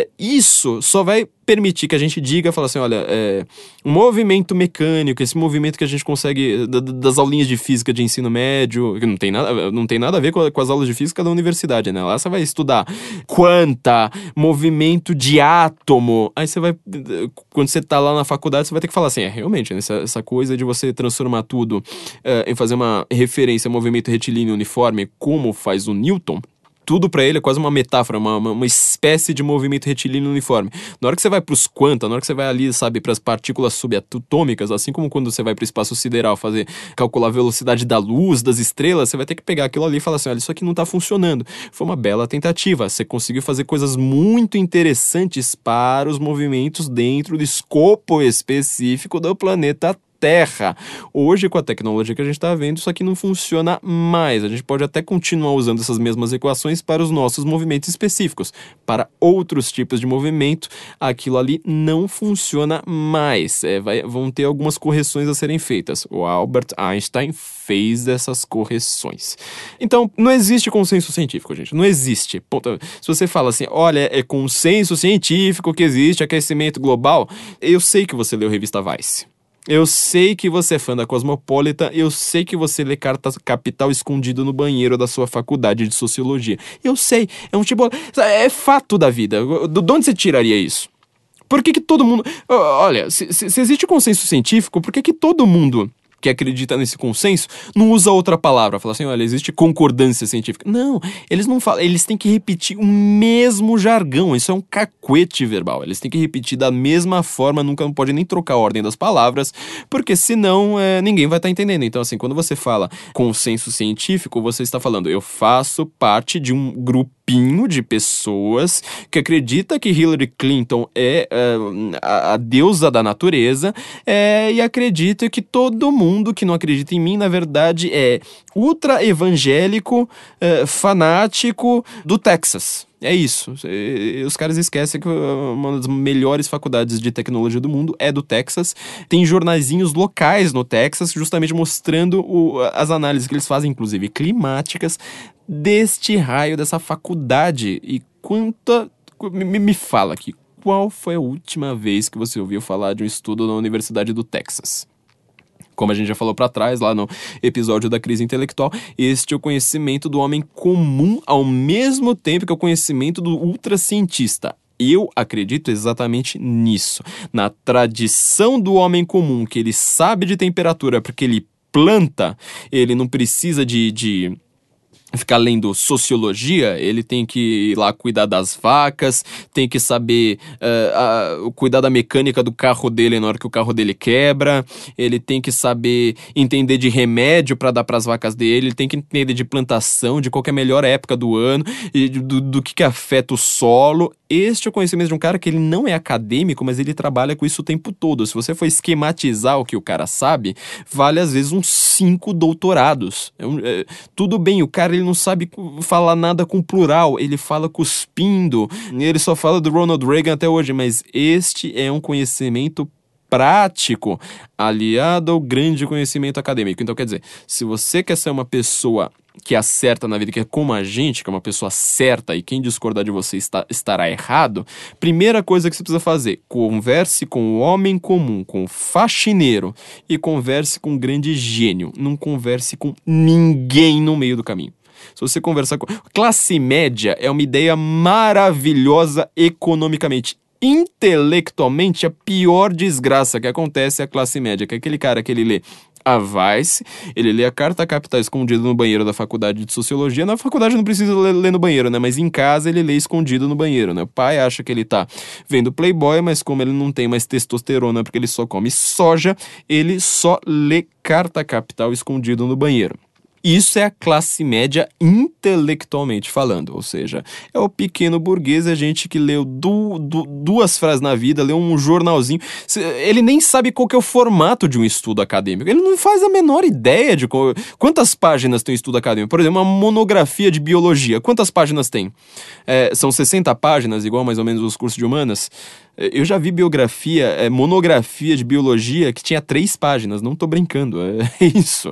isso só vai permitir que a gente diga, fala assim: olha, um movimento mecânico, esse movimento que a gente consegue das aulinhas de física de ensino médio, que não tem nada a ver com as aulas de física da universidade, né? Lá você vai estudar quanta, movimento de átomo, aí você vai, quando você tá lá na faculdade, você vai ter que falar assim: realmente, né, essa coisa de você transformar tudo em fazer uma referência a movimento retilíneo uniforme, como faz o Newton, tudo pra ele é quase uma metáfora, uma espécie de movimento retilíneo uniforme. Na hora que você vai pros quanta, na hora que você vai ali, sabe, pras partículas subatômicas, assim como quando você vai pro espaço sideral calcular a velocidade da luz, das estrelas, você vai ter que pegar aquilo ali e falar assim: olha, isso aqui não tá funcionando. Foi uma bela tentativa. Você conseguiu fazer coisas muito interessantes para os movimentos dentro do escopo específico do planeta Terra. Hoje, com a tecnologia que a gente está vendo, isso aqui não funciona mais. A gente pode até continuar usando essas mesmas equações para os nossos movimentos específicos. Para outros tipos de movimento, aquilo ali não funciona mais. Vão ter algumas correções a serem feitas. O Albert Einstein fez essas correções. Então, não existe consenso científico, gente. Não existe. Se você fala assim: olha, é consenso científico que existe aquecimento global, eu sei que você leu a revista Vice. Eu sei que você é fã da Cosmopolitan, eu sei que você lê Carta Capital escondido no banheiro da sua faculdade de Sociologia. Eu sei, é um tipo... É fato da vida. De onde você tiraria isso? Por que todo mundo... Olha, se existe consenso científico, por que todo mundo que acredita nesse consenso não usa outra palavra? Fala assim, olha, existe concordância científica. Não, eles não falam, eles têm que repetir o mesmo jargão, isso é um cacuete verbal. Eles têm que repetir da mesma forma, não pode nem trocar a ordem das palavras, porque senão ninguém vai estar entendendo. Então, assim, quando você fala consenso científico, você está falando, eu faço parte de um grupinho de pessoas que acredita que Hillary Clinton é a deusa da natureza e acredita que todo mundo que não acredita em mim, na verdade, é ultra evangélico, fanático do Texas. É isso. Os caras esquecem que uma das melhores faculdades de tecnologia do mundo é do Texas. Tem jornaizinhos locais no Texas, justamente mostrando as análises que eles fazem, inclusive climáticas, deste raio, dessa faculdade. E me fala aqui, qual foi a última vez que você ouviu falar de um estudo na Universidade do Texas? Como a gente já falou para trás, lá no episódio da crise intelectual, este é o conhecimento do homem comum ao mesmo tempo que é o conhecimento do ultracientista. Eu acredito exatamente nisso. Na tradição do homem comum, que ele sabe de temperatura porque ele planta, ele não precisa de ficar lendo sociologia, ele tem que ir lá cuidar das vacas, tem que saber cuidar da mecânica do carro dele na hora que o carro dele quebra, ele tem que saber entender de remédio para dar para as vacas dele, ele tem que entender de plantação, de qual que é a melhor época do ano, e do que afeta o solo. Este é o conhecimento de um cara que ele não é acadêmico, mas ele trabalha com isso o tempo todo. Se você for esquematizar o que o cara sabe, vale às vezes uns 5 doutorados. Tudo bem, o cara ele não sabe falar nada com plural, ele fala cuspindo, ele só fala do Ronald Reagan até hoje, mas este é um conhecimento prático aliado ao grande conhecimento acadêmico. Então, quer dizer, se você quer ser uma pessoa que acerta na vida, que é como a gente, que é uma pessoa certa e quem discordar de você estará errado, primeira coisa que você precisa fazer, converse com o homem comum, com o faxineiro e converse com o grande gênio. Não converse com ninguém no meio do caminho. Se você conversar com... Classe média é uma ideia maravilhosa economicamente. Intelectualmente, a pior desgraça que acontece é a classe média, que é aquele cara que ele lê a Vice, ele lê a Carta Capital escondido no banheiro da faculdade de Sociologia. Na faculdade não precisa ler no banheiro, né? Mas em casa ele lê escondido no banheiro, né? O pai acha que ele tá vendo Playboy, mas como ele não tem mais testosterona porque ele só come soja, ele só lê Carta Capital escondido no banheiro. Isso é a classe média intelectualmente falando, ou seja, é o pequeno burguês, a gente que leu duas frases na vida, leu um jornalzinho, ele nem sabe qual que é o formato de um estudo acadêmico, ele não faz a menor ideia de quantas páginas tem um estudo acadêmico. Por exemplo, uma monografia de biologia, quantas páginas tem? São 60 páginas, igual mais ou menos os cursos de humanas. Eu já vi monografia de biologia que tinha 3 páginas, não tô brincando, é isso.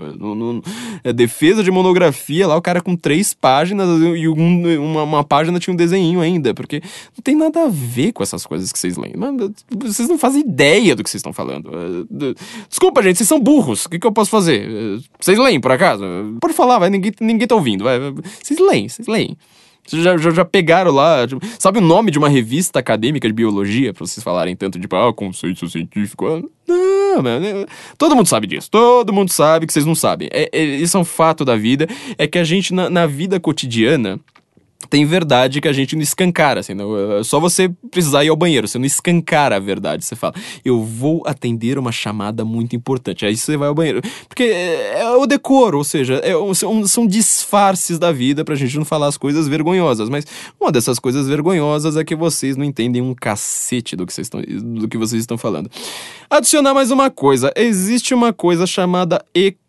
Defesa de monografia, lá o cara com 3 páginas e uma página tinha um desenhinho ainda, porque não tem nada a ver com essas coisas que vocês leem. Mas vocês não fazem ideia do que vocês estão falando. Desculpa, gente, vocês são burros, o que eu posso fazer? Vocês leem, por acaso? Pode falar, vai, ninguém tá ouvindo, vai. Vocês leem. Vocês já pegaram lá, sabe o nome de uma revista acadêmica de biologia, pra vocês falarem tanto de, conceito científico? Não, mano, todo mundo sabe disso, todo mundo sabe que vocês não sabem. Isso é um fato da vida, é que a gente, na vida cotidiana, tem verdade que a gente não escancara, assim, não, é só você precisar ir ao banheiro, você não escancara a verdade, você fala, eu vou atender uma chamada muito importante, aí você vai ao banheiro, porque é o decoro, ou seja, são disfarces da vida pra gente não falar as coisas vergonhosas, mas uma dessas coisas vergonhosas é que vocês não entendem um cacete do que vocês estão falando. Adicionar mais uma coisa, existe uma coisa chamada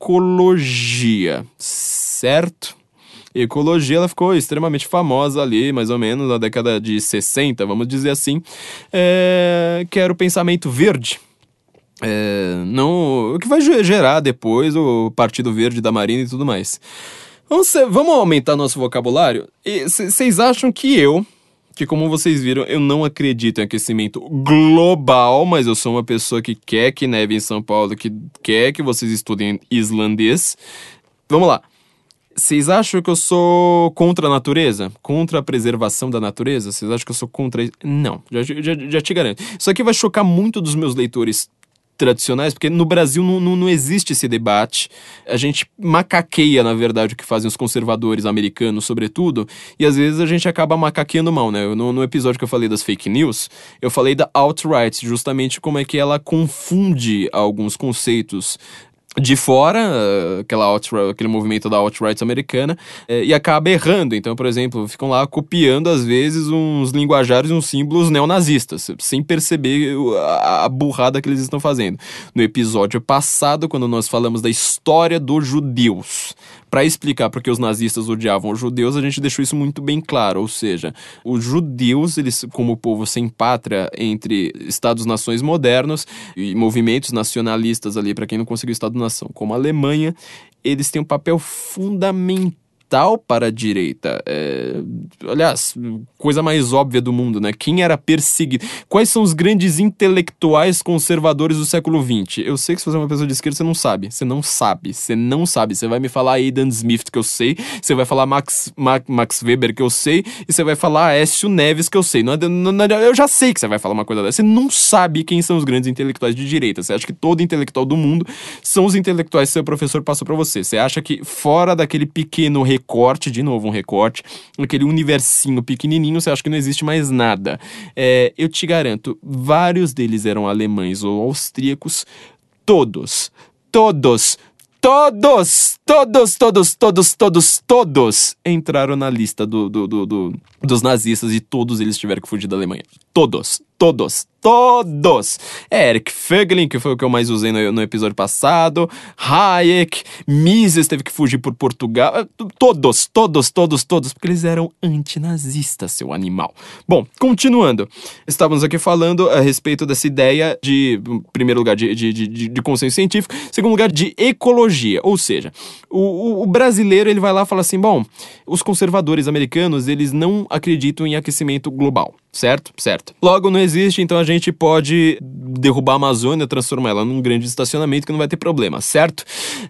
ecologia, certo? Ecologia, ela ficou extremamente famosa ali, mais ou menos, na década de 60, vamos dizer assim, que era o pensamento verde. O que vai gerar depois o Partido Verde da Marina e tudo mais. Vamos aumentar nosso vocabulário? Vocês acham que eu, que, como vocês viram, eu não acredito em aquecimento global, mas eu sou uma pessoa que quer que neve em São Paulo, que quer que vocês estudem islandês. Vamos lá. Vocês acham que eu sou contra a natureza? Contra a preservação da natureza? Vocês acham que eu sou contra isso? Não, já te garanto. Isso aqui vai chocar muito dos meus leitores tradicionais, porque no Brasil não existe esse debate. A gente macaqueia, na verdade, o que fazem os conservadores americanos, sobretudo, e às vezes a gente acaba macaqueando mal, né? No episódio que eu falei das fake news, eu falei da alt-right, justamente como é que ela confunde alguns conceitos de fora, aquele movimento da alt-right americana, e acaba errando. Então, por exemplo, ficam lá copiando, às vezes, uns linguajares e uns símbolos neonazistas, sem perceber a burrada que eles estão fazendo. No episódio passado, quando nós falamos da história dos judeus, para explicar porque os nazistas odiavam os judeus, a gente deixou isso muito bem claro. Ou seja, os judeus, eles, como povo sem pátria entre Estados-nações modernos e movimentos nacionalistas ali, para quem não conseguiu Estado-nação, como a Alemanha, eles têm um papel fundamental para a direita. Aliás, coisa mais óbvia do mundo, né? Quem era perseguido? Quais são os grandes intelectuais conservadores do século XX? Eu sei que se você é uma pessoa de esquerda, você não sabe. Você não sabe. Você vai me falar Adam Smith, que eu sei. Você vai falar Max Weber, que eu sei. E você vai falar Aécio Neves, que eu sei. Eu já sei que você vai falar uma coisa dessa. Você não sabe quem são os grandes intelectuais de direita. Você acha que todo intelectual do mundo são os intelectuais que seu professor passou pra você. Você acha que fora daquele pequeno recorte, de novo um recorte, aquele universinho pequenininho, você acha que não existe mais nada. Eu te garanto, vários deles eram alemães ou austríacos, todos entraram na lista dos nazistas e todos eles tiveram que fugir da Alemanha. Todos. Erich Voegelin, que foi o que eu mais usei no episódio passado, Hayek, Mises teve que fugir por Portugal, todos, porque eles eram antinazistas, seu animal. Bom, continuando, estávamos aqui falando a respeito dessa ideia de, em primeiro lugar, de consenso científico, em segundo lugar, de ecologia, ou seja, o brasileiro, ele vai lá e fala assim, bom, os conservadores americanos, eles não acreditam em aquecimento global. Certo? Logo, não existe, então a gente pode derrubar a Amazônia, transformar ela num grande estacionamento que não vai ter problema, certo?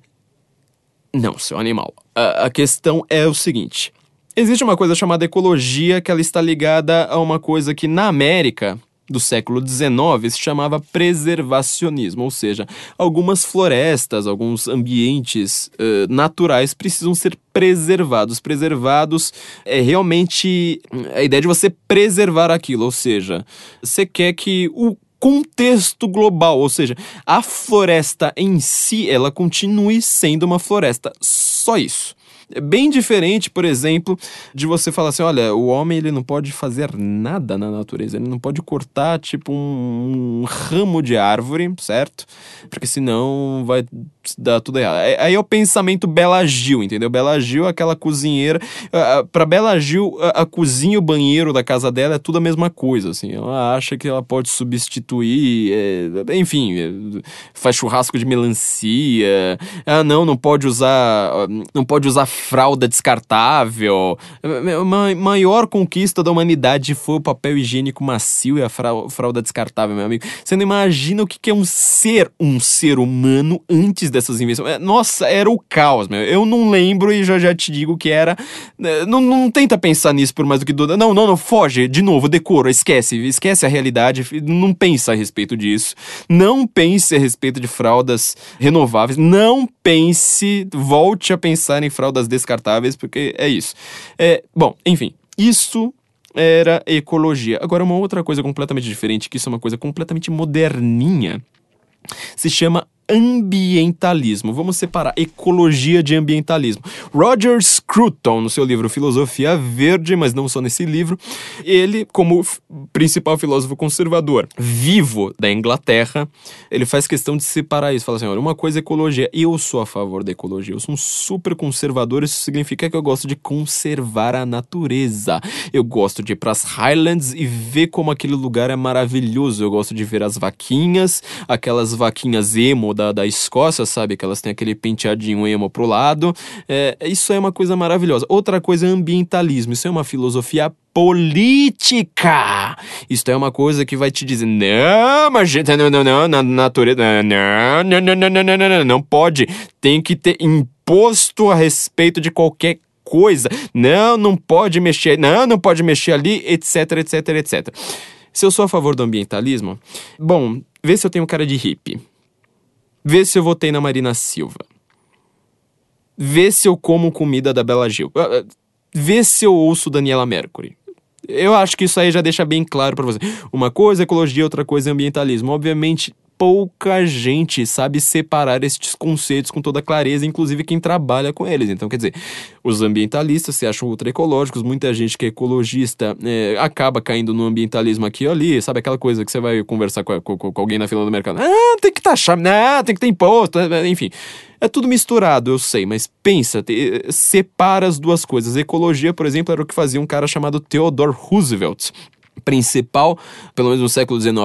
Não, seu animal. A questão é o seguinte. Existe uma coisa chamada ecologia, que ela está ligada a uma coisa que na América do século XIX se chamava preservacionismo, ou seja, algumas florestas, alguns ambientes naturais precisam ser preservados. Preservados é realmente a ideia de você preservar aquilo, ou seja, você quer que o contexto global, ou seja, a floresta em si, ela continue sendo uma floresta, só isso. É bem diferente, por exemplo, de você falar assim, olha, o homem ele não pode fazer nada na natureza, ele não pode cortar tipo um ramo de árvore, certo? Porque senão vai dar tudo errado. Aí é o pensamento Bela Gil, entendeu? Bela Gil, aquela cozinheira, pra Bela Gil, a cozinha e o banheiro da casa dela é tudo a mesma coisa, assim, ela acha que ela pode substituir, enfim, faz churrasco de melancia, não pode usar fralda descartável. A maior conquista da humanidade foi o papel higiênico macio e a fralda descartável, meu amigo. Você não imagina o que é um ser humano antes dessas invenções. Nossa, era o caos, meu. Eu não lembro e já te digo que era... Não tenta pensar nisso por mais do que... Não, foge. De novo, decora, esquece a realidade. Não pensa a respeito disso. Não pense a respeito de fraldas renováveis. Não pense, volte a pensar em fraldas descartáveis, porque é isso. Bom, enfim, isso era ecologia. Agora, uma outra coisa completamente diferente, que isso é uma coisa completamente moderninha, se chama ambientalismo. Vamos separar ecologia de ambientalismo. Roger Scruton, no seu livro Filosofia Verde, mas não só nesse livro, ele, como principal filósofo conservador vivo da Inglaterra, ele faz questão de separar isso. Fala assim, olha, uma coisa é ecologia. Eu sou a favor da ecologia. Eu sou um super conservador. Isso significa que eu gosto de conservar a natureza. Eu gosto de ir para as Highlands e ver como aquele lugar é maravilhoso. Eu gosto de ver as vaquinhas, aquelas vaquinhas emo da Escócia, sabe? Que elas têm aquele penteadinho emo pro lado. Isso é uma coisa maravilhosa. Outra coisa é ambientalismo. Isso é uma filosofia política. Isso é uma coisa que vai te dizer, não, mas gente, não, na natureza, não pode. Tem que ter imposto a respeito de qualquer coisa. Não pode mexer, não pode mexer ali, etc, etc, etc. Se eu sou a favor do ambientalismo, bom, vê se eu tenho cara de hippie. Vê se eu votei na Marina Silva. Vê se eu como comida da Bela Gil. Vê se eu ouço Daniela Mercury. Eu acho que isso aí já deixa bem claro pra você. Uma coisa é ecologia, outra coisa é ambientalismo. Obviamente, pouca gente sabe separar estes conceitos com toda clareza, inclusive quem trabalha com eles. Então, quer dizer, os ambientalistas se acham ultra-ecológicos, muita gente que é ecologista acaba caindo no ambientalismo aqui ou ali, sabe aquela coisa que você vai conversar com alguém na fila do mercado, tem que taxar, tem que ter imposto, enfim. É tudo misturado, eu sei, mas pensa, separa as duas coisas. Ecologia, por exemplo, era o que fazia um cara chamado Theodore Roosevelt, principal, pelo menos no século XIX,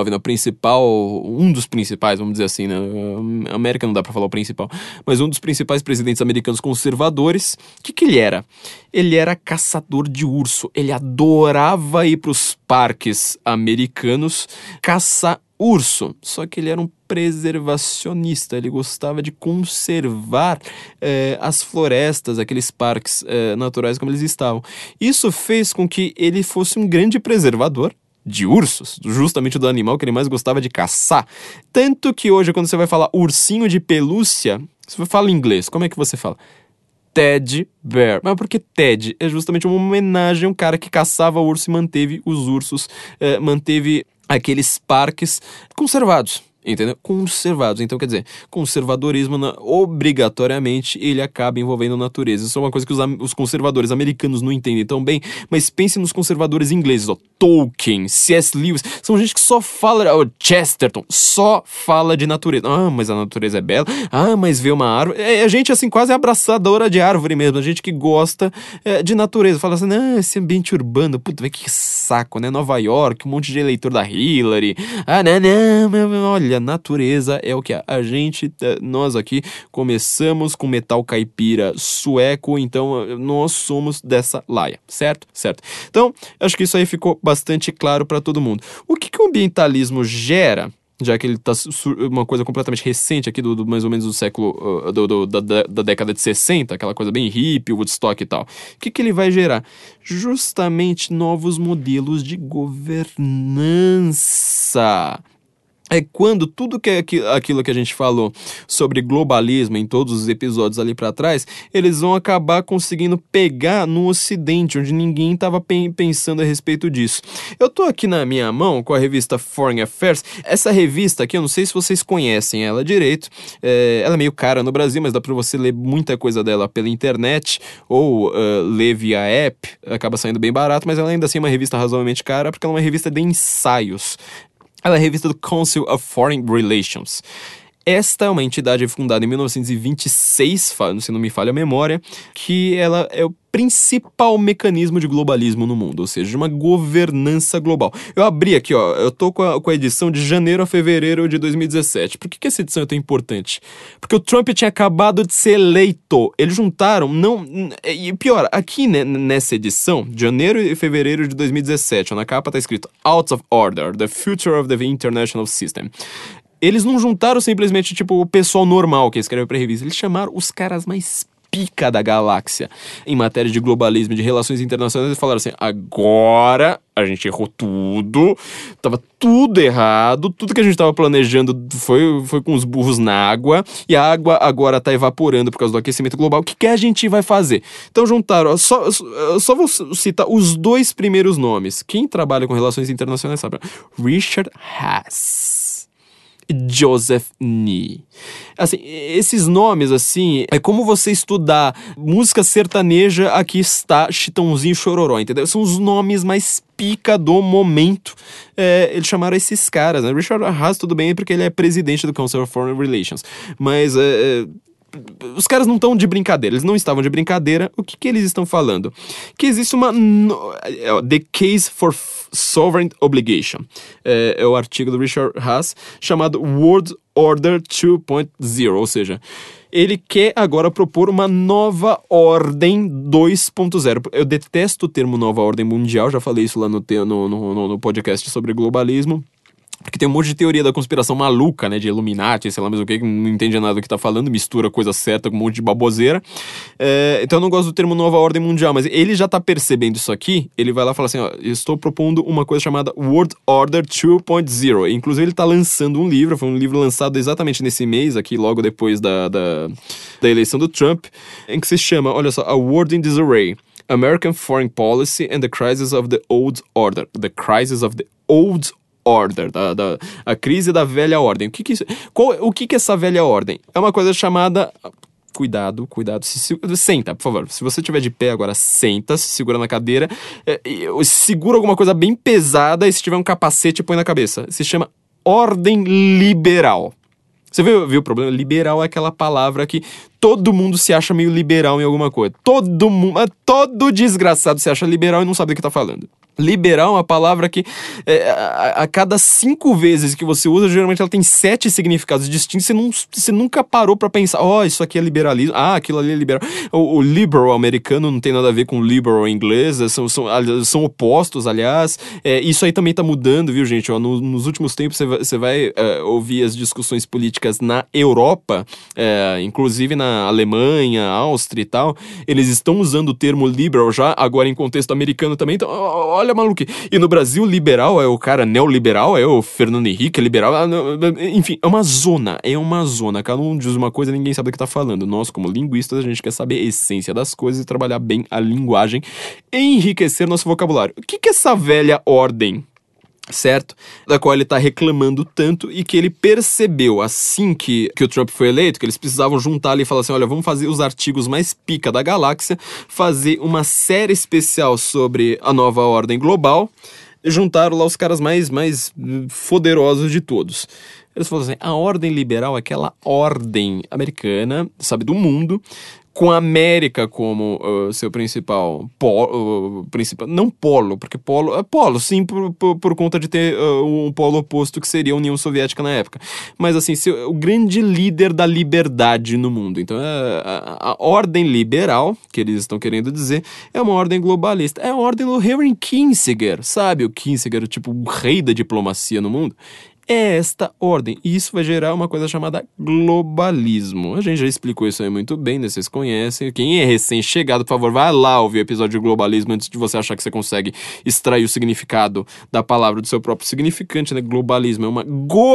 um dos principais, vamos dizer assim, né? América não dá pra falar o principal, mas um dos principais presidentes americanos conservadores. O que ele era? Ele era caçador de urso. Ele adorava ir pros parques americanos caçar urso, só que ele era um preservacionista, ele gostava de conservar as florestas, aqueles parques naturais como eles estavam. Isso fez com que ele fosse um grande preservador de ursos, justamente do animal que ele mais gostava de caçar. Tanto que hoje, quando você vai falar ursinho de pelúcia, você fala em inglês, como é que você fala? Teddy Bear. Mas por que Ted? É justamente uma homenagem a um cara que caçava urso e manteve os ursos, manteve aqueles parques conservados. Entendeu? Conservados. Então, quer dizer, conservadorismo, obrigatoriamente, ele acaba envolvendo a natureza. Isso é uma coisa que os conservadores americanos não entendem tão bem, mas pense nos conservadores ingleses, Tolkien, C.S. Lewis, são gente que só fala, Chesterton, só fala de natureza. Mas a natureza é bela. Mas vê uma árvore. É gente, assim, quase abraçadora de árvore mesmo, a gente que gosta de natureza. Fala assim, esse ambiente urbano, puta, que saco, né? Nova York, um monte de eleitor da Hillary. Olha, a natureza é o que é. Nós aqui começamos com metal caipira sueco, então nós somos dessa laia, certo? Certo. Então, acho que isso aí ficou bastante claro para todo mundo. O que o ambientalismo gera, já que ele tá uma coisa completamente recente aqui do mais ou menos do século da década de 60, aquela coisa bem hippie, Woodstock e tal. O que ele vai gerar? Justamente novos modelos de governança. É quando tudo que é aquilo que a gente falou sobre globalismo em todos os episódios ali pra trás, eles vão acabar conseguindo pegar no Ocidente, onde ninguém estava pensando a respeito disso. Eu tô aqui na minha mão com a revista Foreign Affairs. Essa revista aqui, eu não sei se vocês conhecem ela direito, ela é meio cara no Brasil, mas dá pra você ler muita coisa dela pela internet, ou ler via app, acaba saindo bem barato, mas ela ainda assim é uma revista razoavelmente cara, porque ela é uma revista de ensaios. Ela é a revista do Council of Foreign Relations. Esta é uma entidade fundada em 1926, se não me falha a memória, que ela é o principal mecanismo de globalismo no mundo, ou seja, de uma governança global. Eu abri aqui, eu tô com a edição de janeiro a fevereiro de 2017. Por que essa edição é tão importante? Porque o Trump tinha acabado de ser eleito. Eles juntaram, e pior, aqui nessa edição, de janeiro e fevereiro de 2017, na capa tá escrito Out of Order, The Future of the International System. Eles não juntaram simplesmente, o pessoal normal que escreve pra revista. Eles chamaram os caras mais pica da galáxia em matéria de globalismo e de relações internacionais. Eles falaram assim, agora a gente errou tudo, tava tudo errado, tudo que a gente tava planejando foi com os burros na água, e a água agora tá evaporando por causa do aquecimento global. O que a gente vai fazer? Então juntaram, só vou citar os dois primeiros nomes. Quem trabalha com relações internacionais sabe. Richard Haass. Joseph Nee. Assim, esses nomes, assim, é como você estudar música sertaneja, aqui está Chitãozinho e Chororó, entendeu? São os nomes mais pica do momento. Eles chamaram esses caras, né? Richard Haass, tudo bem, porque ele é presidente do Council of Foreign Relations, mas os caras não estão de brincadeira, eles não estavam de brincadeira. O que eles estão falando? Que existe The Case for Sovereign Obligation. É o artigo do Richard Haass chamado World Order 2.0, ou seja, ele quer agora propor uma nova ordem 2.0. Eu detesto o termo nova ordem mundial, já falei isso lá no podcast sobre globalismo. Porque tem um monte de teoria da conspiração maluca, né? De Illuminati, sei lá mais o que não entende nada do que tá falando, mistura coisa certa com um monte de baboseira. Então eu não gosto do termo nova ordem mundial, mas ele já tá percebendo isso aqui, ele vai lá e fala assim, ó, eu estou propondo uma coisa chamada World Order 2.0. Inclusive ele tá lançando um livro, foi um livro lançado exatamente nesse mês, aqui logo depois da eleição do Trump, em que se chama, olha só, A World in Disarray. American Foreign Policy and the Crisis of the Old Order. The Crisis of the Old Order, a crise da velha ordem. O que é essa velha ordem? É uma coisa chamada... Cuidado. Senta, por favor. Se você estiver de pé agora, senta, se segura na cadeira, segura alguma coisa bem pesada e se tiver um capacete, põe na cabeça. Se chama ordem liberal. Você viu o problema? Liberal é aquela palavra que todo mundo se acha meio liberal em alguma coisa. Todo desgraçado se acha liberal e não sabe do que tá falando. Liberal é uma palavra que a cada 5 vezes que você usa, geralmente ela tem 7 significados distintos. Você nunca parou pra pensar, isso aqui é liberalismo, aquilo ali é liberal. O liberal americano não tem nada a ver com liberal inglês, são opostos, aliás. Isso aí também tá mudando, viu, gente? Nos últimos tempos você vai ouvir as discussões políticas na Europa, inclusive na Alemanha, Áustria e tal. Eles estão usando o termo liberal já, agora em contexto americano também. Então, olha, maluco. E no Brasil, liberal é o cara neoliberal, é o Fernando Henrique, é liberal. Enfim, é uma zona. Cada um diz uma coisa e ninguém sabe do que tá falando. Nós, como linguistas, a gente quer saber a essência das coisas e trabalhar bem a linguagem e enriquecer nosso vocabulário. O que é essa velha ordem? Certo? Da qual ele tá reclamando tanto e que ele percebeu assim que o Trump foi eleito, que eles precisavam juntar ali e falar assim, olha, vamos fazer os artigos mais pica da galáxia, fazer uma série especial sobre a nova ordem global, e juntaram lá os caras mais poderosos de todos. Eles falaram assim, a ordem liberal é aquela ordem americana, sabe, do mundo, com a América como seu principal polo, não polo, porque polo é polo, sim, por conta de ter um polo oposto que seria a União Soviética na época. Mas assim, o grande líder da liberdade no mundo. Então, a ordem liberal, que eles estão querendo dizer, é uma ordem globalista. É a ordem do Henry Kissinger, sabe? O Kissinger, tipo, o rei da diplomacia no mundo. É esta ordem, e isso vai gerar uma coisa chamada globalismo. A gente já explicou isso aí muito bem, né? Vocês conhecem. Quem é recém-chegado, por favor, vai lá ouvir o episódio de globalismo antes de você achar que você consegue extrair o significado da palavra do seu próprio significante, né? Globalismo é uma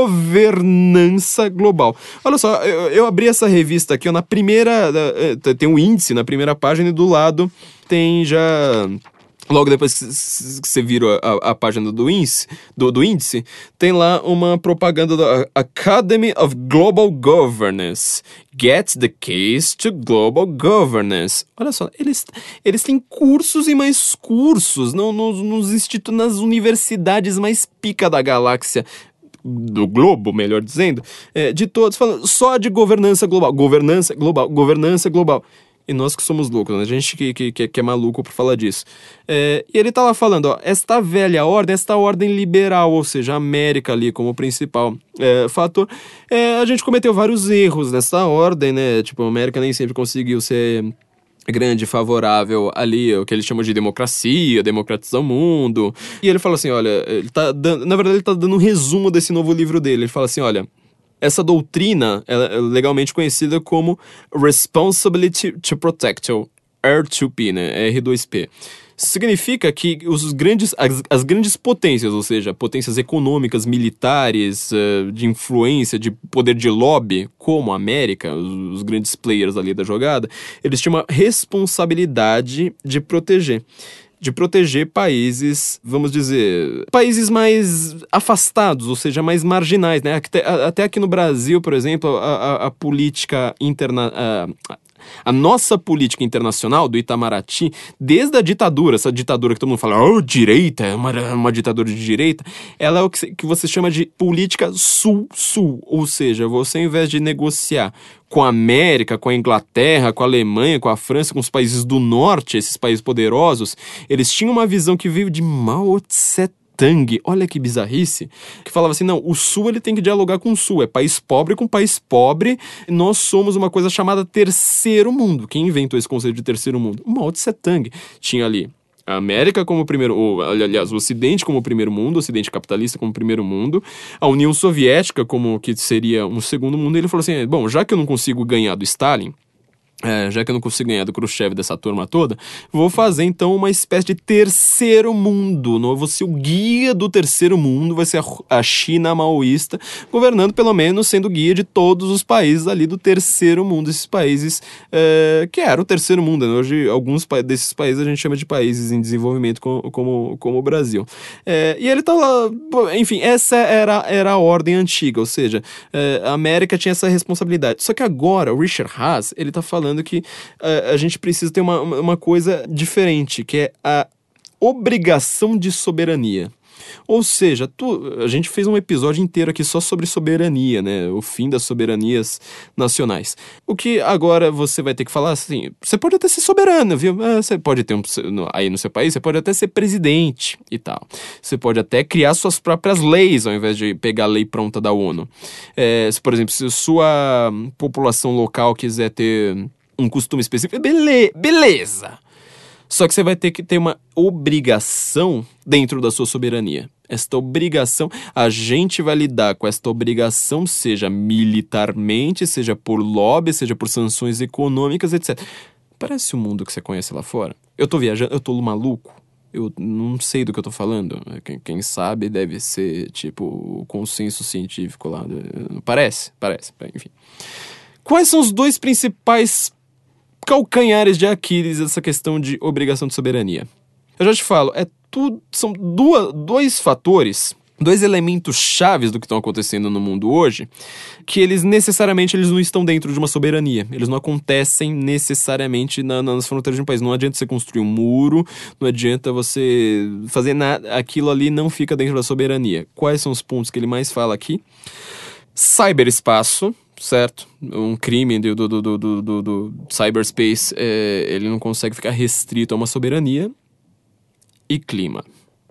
governança global. Olha só, eu abri essa revista aqui, na primeira... tem um índice na primeira página e do lado tem já... Logo depois que você vira a página do índice, tem lá uma propaganda da Academy of Global Governance. Get the case to global governance. Olha só, eles têm cursos e mais cursos nos institutos, nas universidades mais pica da galáxia. Do globo, melhor dizendo, de todos, falando só de governança global. E nós que somos loucos, né? A gente que é maluco por falar disso. E ele tá lá falando, esta velha ordem, esta ordem liberal, ou seja, a América ali como principal fator. A gente cometeu vários erros nessa ordem, né? Tipo, a América nem sempre conseguiu ser grande, favorável ali, o que eles chamam de democracia, democratizar o mundo. E ele fala assim, olha, na verdade ele tá dando um resumo desse novo livro dele. Ele fala assim, olha, essa doutrina é legalmente conhecida como Responsibility to Protect, ou R2P, né? R2P. Significa que as grandes potências, ou seja, potências econômicas, militares, de influência, de poder de lobby, como a América, os grandes players ali da jogada, eles tinham uma responsabilidade de proteger países, vamos dizer, países mais afastados, ou seja, mais marginais, né? Até aqui no Brasil, por exemplo, a política a nossa política internacional do Itamaraty, desde a ditadura, essa ditadura que todo mundo fala, direita, é uma ditadura de direita, ela é o que você chama de política sul-sul, ou seja, você ao invés de negociar com a América, com a Inglaterra, com a Alemanha, com a França, com os países do norte, esses países poderosos, eles tinham uma visão que veio de Mao Tse Tang, olha que bizarrice, que falava assim, não, o Sul ele tem que dialogar com o Sul, é país pobre com país pobre, nós somos uma coisa chamada terceiro mundo. Quem inventou esse conceito de terceiro mundo? O Mao Tse Tung. Tinha ali a América como primeiro, aliás, o Ocidente como primeiro mundo, o Ocidente capitalista como primeiro mundo, a União Soviética como que seria um segundo mundo, e ele falou assim, bom, já que eu não consigo ganhar do Stalin, já que eu não consigo ganhar do Khrushchev, dessa turma toda, vou fazer então uma espécie de terceiro mundo. Não vou ser o guia do terceiro mundo, vai ser a China maoísta, governando pelo menos sendo guia de todos os países ali do terceiro mundo, esses países que era o terceiro mundo, né? Hoje alguns desses países a gente chama de países em desenvolvimento como o Brasil. E ele tá lá, enfim, essa era a ordem antiga, ou seja, a América tinha essa responsabilidade. Só que agora o Richard Haas, ele tá falando que a gente precisa ter uma coisa diferente, que é a obrigação de soberania. Ou seja, a gente fez um episódio inteiro aqui só sobre soberania, né? O fim das soberanias nacionais. O que agora você vai ter que falar assim, você pode até ser soberano, viu? Você pode ter aí no seu país, você pode até ser presidente e tal. Você pode até criar suas próprias leis, ao invés de pegar a lei pronta da ONU. Se, por exemplo, se sua população local quiser ter um costume específico, beleza! Só que você vai ter que ter uma obrigação dentro da sua soberania. Esta obrigação, a gente vai lidar com esta obrigação, seja militarmente, seja por lobby, seja por sanções econômicas, etc. Parece o mundo que você conhece lá fora. Eu tô viajando, eu tô maluco. Eu não sei do que eu tô falando. Quem sabe deve ser, tipo, o consenso científico lá. Parece, enfim. Quais são os dois principais calcanhares de Aquiles essa questão de obrigação de soberania? Eu já te falo, são dois fatores, dois elementos chaves do que estão acontecendo no mundo hoje, que eles necessariamente não estão dentro de uma soberania. Eles não acontecem necessariamente nas fronteiras de um país. Não adianta você construir um muro, não adianta você fazer nada, aquilo ali não fica dentro da soberania. Quais são os pontos que ele mais fala aqui? Cyberespaço, certo? Um crime do cyberspace, ele não consegue ficar restrito a uma soberania. E clima.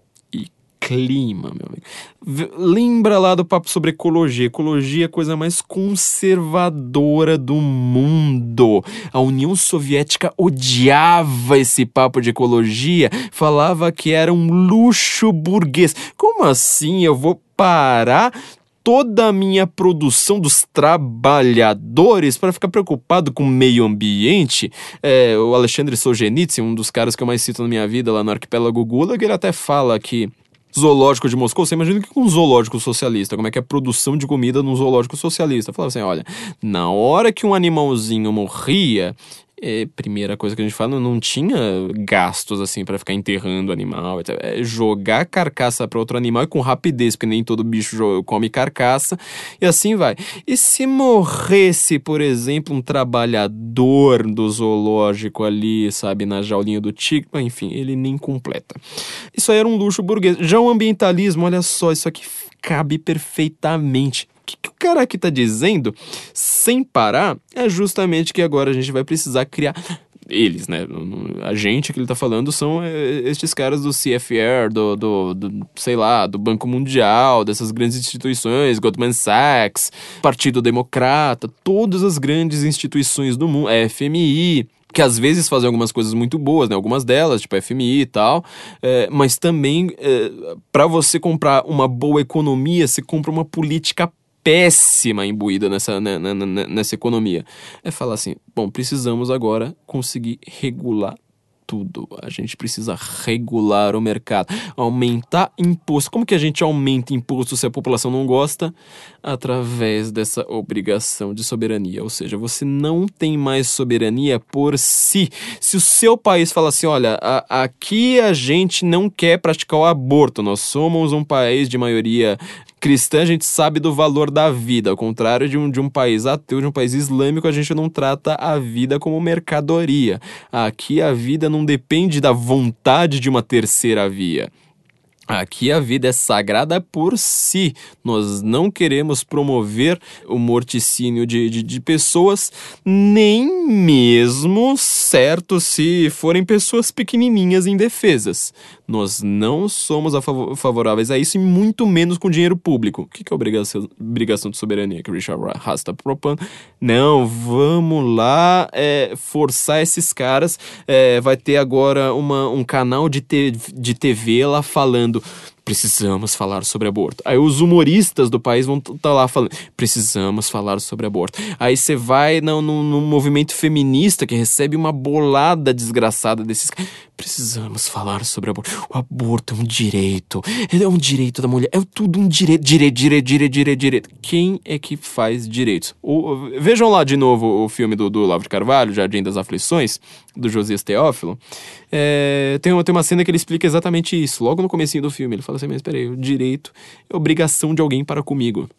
Meu amigo. Lembra lá do papo sobre ecologia. Ecologia é a coisa mais conservadora do mundo. A União Soviética odiava esse papo de ecologia, falava que era um luxo burguês. Como assim eu vou parar toda a minha produção dos trabalhadores para ficar preocupado com o meio ambiente? O Alexandre Solzhenitsyn, um dos caras que eu mais cito na minha vida lá no Arquipélago Gulag, ele até fala que zoológico de Moscou, você imagina que um zoológico socialista, como é que é a produção de comida num zoológico socialista? Falava assim, olha, na hora que um animalzinho morria, primeira coisa que a gente fala, não tinha gastos assim pra ficar enterrando o animal, jogar carcaça pra outro animal e com rapidez, porque nem todo bicho come carcaça, e assim vai. E se morresse, por exemplo, um trabalhador do zoológico ali, sabe, na jaulinha do tigre, enfim, ele nem completa. Isso aí era um luxo burguês. Já o ambientalismo, olha só, isso aqui cabe perfeitamente. O que o cara aqui tá dizendo, sem parar, é justamente que agora a gente vai precisar criar... Eles, né? A gente que ele tá falando são estes caras do CFR, sei lá, do Banco Mundial, dessas grandes instituições, Goldman Sachs, Partido Democrata, todas as grandes instituições do mundo, FMI, que às vezes fazem algumas coisas muito boas, né? Algumas delas, tipo a FMI e tal, mas também para você comprar uma boa economia, você compra uma política péssima imbuída nessa economia. É falar assim, bom, precisamos agora conseguir regular tudo. A gente precisa regular o mercado, aumentar imposto. Como que a gente aumenta imposto se a população não gosta? Através dessa obrigação de soberania. Ou seja, você não tem mais soberania por si. Se o seu país fala assim, olha, aqui a gente não quer praticar o aborto, nós somos um país de maioria cristã, a gente sabe do valor da vida. Ao contrário de um país ateu, de um país islâmico, a gente não trata a vida como mercadoria. Aqui a vida não depende da vontade de uma terceira via. Aqui a vida é sagrada por si. Nós não queremos promover o morticínio de pessoas, nem mesmo, certo, se forem pessoas pequenininhas indefesas. Nós não somos favoráveis a isso e muito menos com dinheiro público. O que é a obrigação de soberania que o Richard Haas está propondo? Não, vamos lá forçar esses caras. Vai ter agora um canal de TV lá falando: precisamos falar sobre aborto. Aí os humoristas do país vão estar lá falando: precisamos falar sobre aborto. Aí você vai no movimento feminista que recebe uma bolada desgraçada desses caras: precisamos falar sobre aborto. O aborto é um direito. É um direito da mulher. É tudo um direito. Direito. Quem é que faz direitos? Vejam lá de novo o filme do Olavo de Carvalho, Jardim das Aflições, do Josias Teófilo. Tem uma cena que ele explica exatamente isso. Logo no comecinho do filme, ele fala assim: mas peraí, o direito é obrigação de alguém para comigo.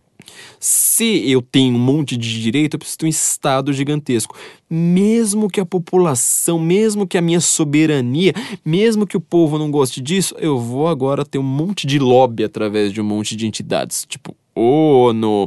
Se eu tenho um monte de direito, eu preciso ter um Estado gigantesco. Mesmo que a população, mesmo que a minha soberania, mesmo que o povo não goste disso, eu vou agora ter um monte de lobby através de um monte de entidades, tipo ONU,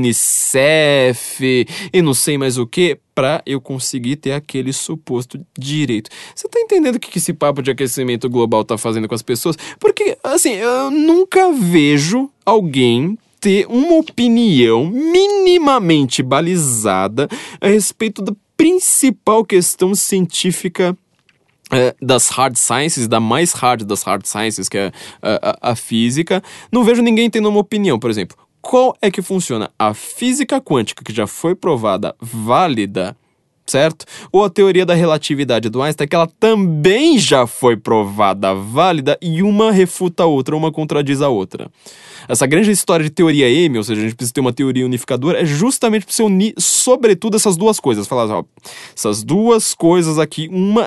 Unicef e não sei mais o que, para eu conseguir ter aquele suposto direito. Você tá entendendo o que esse papo de aquecimento global tá fazendo com as pessoas? Porque, assim, eu nunca vejo alguém ter uma opinião minimamente balizada a respeito da principal questão científica das hard sciences, da mais hard das hard sciences, que é a física. Não vejo ninguém tendo uma opinião. Por exemplo, qual é que funciona? A física quântica, que já foi provada válida, certo? Ou a teoria da relatividade do Einstein, que ela também já foi provada válida e uma refuta a outra, uma contradiz a outra. Essa grande história de teoria M, ou seja, a gente precisa ter uma teoria unificadora, é justamente para você unir, sobretudo, essas duas coisas. Falar, ó, essas duas coisas aqui,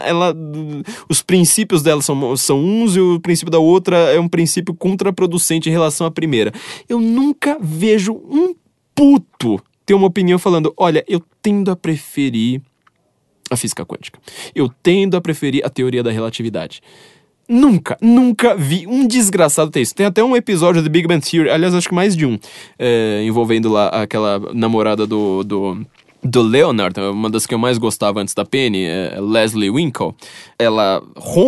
os princípios dela são uns e o princípio da outra é um princípio contraproducente em relação à primeira. Eu nunca vejo um puto ter uma opinião falando: olha, eu tendo a preferir a física quântica. Eu tendo a preferir a teoria da relatividade. Nunca vi um desgraçado ter isso. Tem até um episódio do Big Bang Theory, aliás, acho que mais de um, envolvendo lá aquela namorada do Leonard, uma das que eu mais gostava antes da Penny, Leslie Winkle. Ela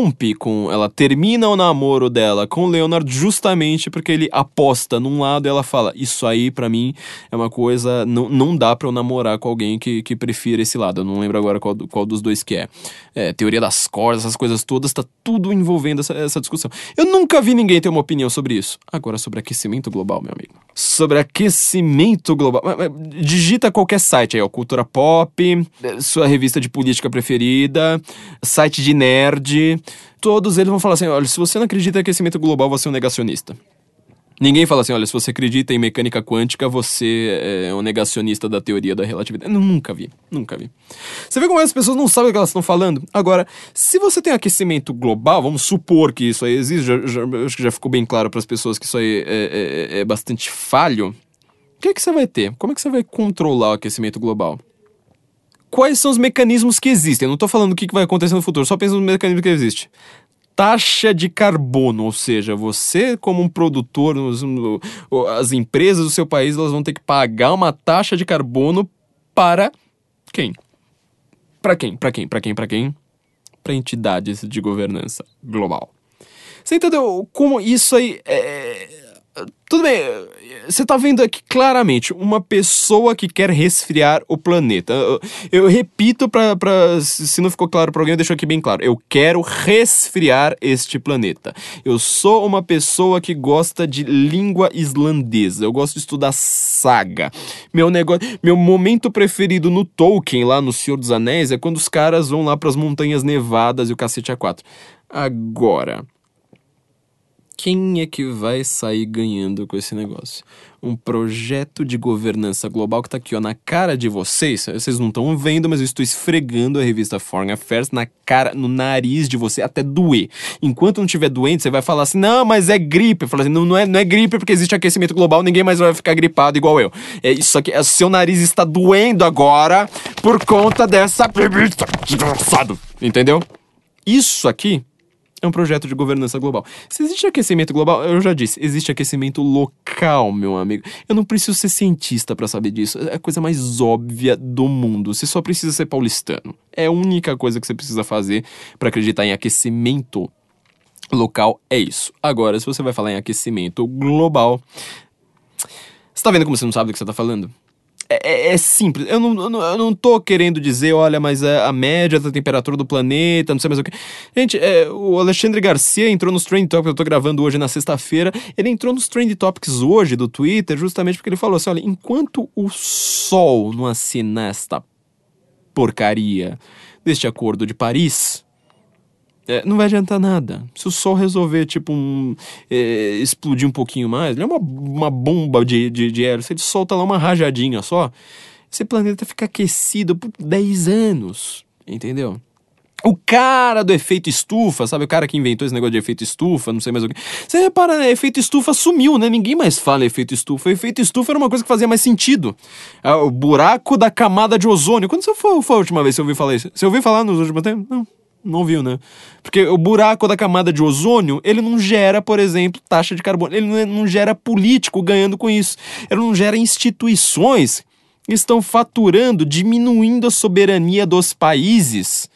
termina o namoro dela com o Leonard justamente porque ele aposta num lado e ela fala: isso aí pra mim é uma coisa, não dá pra eu namorar com alguém que prefira esse lado. Eu não lembro agora qual dos dois que é. Teoria das cordas, essas coisas todas, tá tudo envolvendo essa discussão. Eu nunca vi ninguém ter uma opinião sobre isso. Agora, sobre aquecimento global, meu amigo. Sobre aquecimento global. Digita qualquer site aí, ó. Cultura Pop, sua revista de política preferida, site de nerd, todos eles vão falar assim: olha, se você não acredita em aquecimento global, você é um negacionista. Ninguém fala assim: olha, se você acredita em mecânica quântica, você é um negacionista da teoria da relatividade. Nunca vi. Você vê como as pessoas não sabem o que elas estão falando? Agora, se você tem aquecimento global, vamos supor que isso aí existe, acho que já ficou bem claro para as pessoas que isso aí é bastante falho. O que é que você vai ter? Como é que você vai controlar o aquecimento global? Quais são os mecanismos que existem? Eu não tô falando o que vai acontecer no futuro, só pensa no mecanismo que existe. Taxa de carbono, ou seja, você como um produtor, as empresas do seu país, elas vão ter que pagar uma taxa de carbono para quem? Para quem? Para entidades de governança global. Você entendeu como isso aí tudo bem, você tá vendo aqui claramente uma pessoa que quer resfriar o planeta. Eu repito se não ficou claro pra alguém, eu deixo aqui bem claro. Eu quero resfriar este planeta. Eu sou uma pessoa que gosta de língua islandesa. Eu gosto de estudar saga. Meu momento preferido no Tolkien, lá no Senhor dos Anéis, é quando os caras vão lá pras Montanhas Nevadas e o cacete A4. Agora, quem é que vai sair ganhando com esse negócio? Um projeto de governança global que tá aqui, ó, na cara de vocês. Vocês não estão vendo, mas eu estou esfregando a revista Foreign Affairs na cara, no nariz de você, até doer. Enquanto não estiver doente, você vai falar assim: não, mas é gripe. Fala assim: não é gripe porque existe aquecimento global, ninguém mais vai ficar gripado igual eu. Isso aqui, seu nariz está doendo agora por conta dessa revista, desgraçado. Entendeu? Isso aqui é um projeto de governança global. Se existe aquecimento global, eu já disse, existe aquecimento local, meu amigo. Eu não preciso ser cientista pra saber disso. É a coisa mais óbvia do mundo. Você só precisa ser paulistano. É a única coisa que você precisa fazer pra acreditar em aquecimento local, é isso. Agora, se você vai falar em aquecimento global, você tá vendo como você não sabe do que você tá falando? É simples. Eu não tô querendo dizer, olha, mas a média da temperatura do planeta, não sei mais o que. Gente, o Alexandre Garcia entrou nos Trend Topics, eu tô gravando hoje na sexta-feira, ele entrou nos Trend Topics hoje do Twitter, justamente porque ele falou assim, olha, enquanto o Sol não assinar esta porcaria deste Acordo de Paris, não vai adiantar nada. Se o Sol resolver, tipo, explodir um pouquinho mais, ele é uma bomba de hélio, se ele solta lá uma rajadinha só, esse planeta fica aquecido por 10 anos, entendeu? O cara do efeito estufa, sabe? O cara que inventou esse negócio de efeito estufa, não sei mais o que. Você repara, né? Efeito estufa sumiu, né? Ninguém mais fala efeito estufa. O efeito estufa era uma coisa que fazia mais sentido. O buraco da camada de ozônio. Quando foi a última vez que você ouviu falar isso? Você ouviu falar nos últimos tempos? Não viu, né? Porque o buraco da camada de ozônio, ele não gera, por exemplo, taxa de carbono. Ele não gera político ganhando com isso. Ele não gera instituições que estão faturando, diminuindo a soberania dos países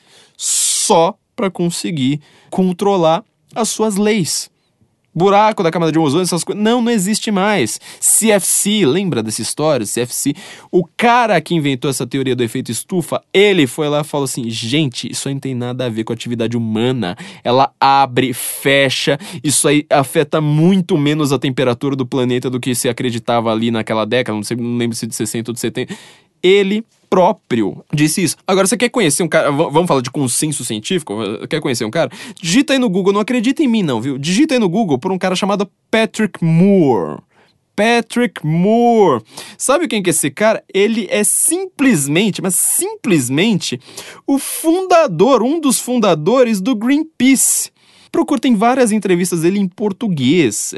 só para conseguir controlar as suas leis. Buraco da camada de ozônio, essas coisas. Não existe mais. CFC, lembra dessa história? CFC. O cara que inventou essa teoria do efeito estufa, ele foi lá e falou assim, gente, isso aí não tem nada a ver com a atividade humana. Ela abre, fecha, isso aí afeta muito menos a temperatura do planeta do que se acreditava ali naquela década, não lembro se de 60 ou de 70. Ele próprio disse isso. Agora, você quer conhecer um cara... Vamos falar de consenso científico? Quer conhecer um cara? Digita aí no Google, não acredita em mim não, viu? Digita aí no Google por um cara chamado Patrick Moore. Patrick Moore. Sabe quem que é esse cara? Ele é simplesmente, mas simplesmente, o fundador, um dos fundadores do Greenpeace. Procura, tem várias entrevistas dele em português,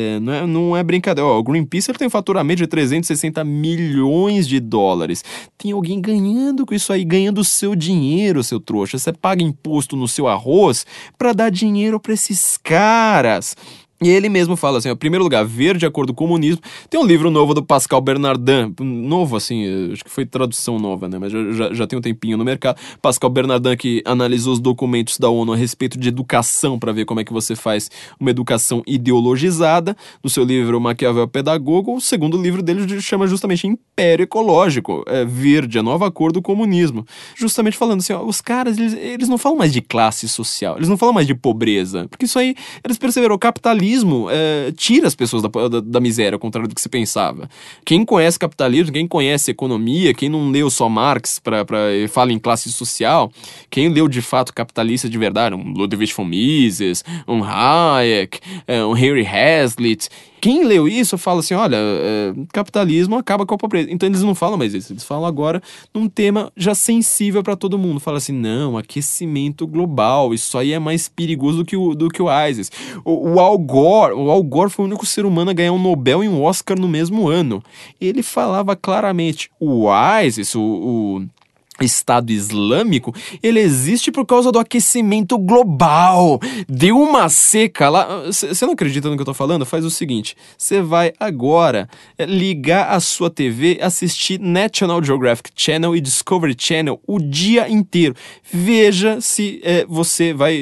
não é brincadeira. O Greenpeace ele tem um faturamento de 360 milhões de dólares. Tem alguém ganhando com isso aí, ganhando o seu dinheiro, seu trouxa. Você paga imposto no seu arroz pra dar dinheiro pra esses caras. E ele mesmo fala assim, em primeiro lugar, ver de acordo com o comunismo. Tem um livro novo do Pascal Bernardin, novo assim, acho que foi tradução nova, né, mas já tem um tempinho no mercado. Pascal Bernardin que analisou os documentos da ONU a respeito de educação, para ver como é que você faz uma educação ideologizada. No seu livro Maquiavel Pedagogo, o segundo livro dele chama justamente Império Ecológico, verde, a nova cor do comunismo. Justamente falando assim, ó, os caras, eles não falam mais de classe social, eles não falam mais de pobreza, porque isso aí, eles perceberam, o capitalismo tira as pessoas da miséria, ao contrário do que se pensava. Quem conhece capitalismo, quem conhece economia, quem não leu só Marx e fala em classe social, quem leu de fato capitalista de verdade, um Ludwig von Mises, um Hayek, um Henry Hazlitt, quem leu isso fala assim, olha, capitalismo acaba com a pobreza. Então eles não falam mais isso, eles falam agora num tema já sensível para todo mundo. Fala assim, não, aquecimento global, isso aí é mais perigoso do que o ISIS. O Al Gore foi o único ser humano a ganhar um Nobel e um Oscar no mesmo ano. Ele falava claramente, o ISIS, o Estado Islâmico, ele existe por causa do aquecimento global. Deu uma seca lá. Você não acredita no que eu tô falando? Faz o seguinte, você vai agora ligar a sua TV, assistir National Geographic Channel e Discovery Channel o dia inteiro. Veja se você vai...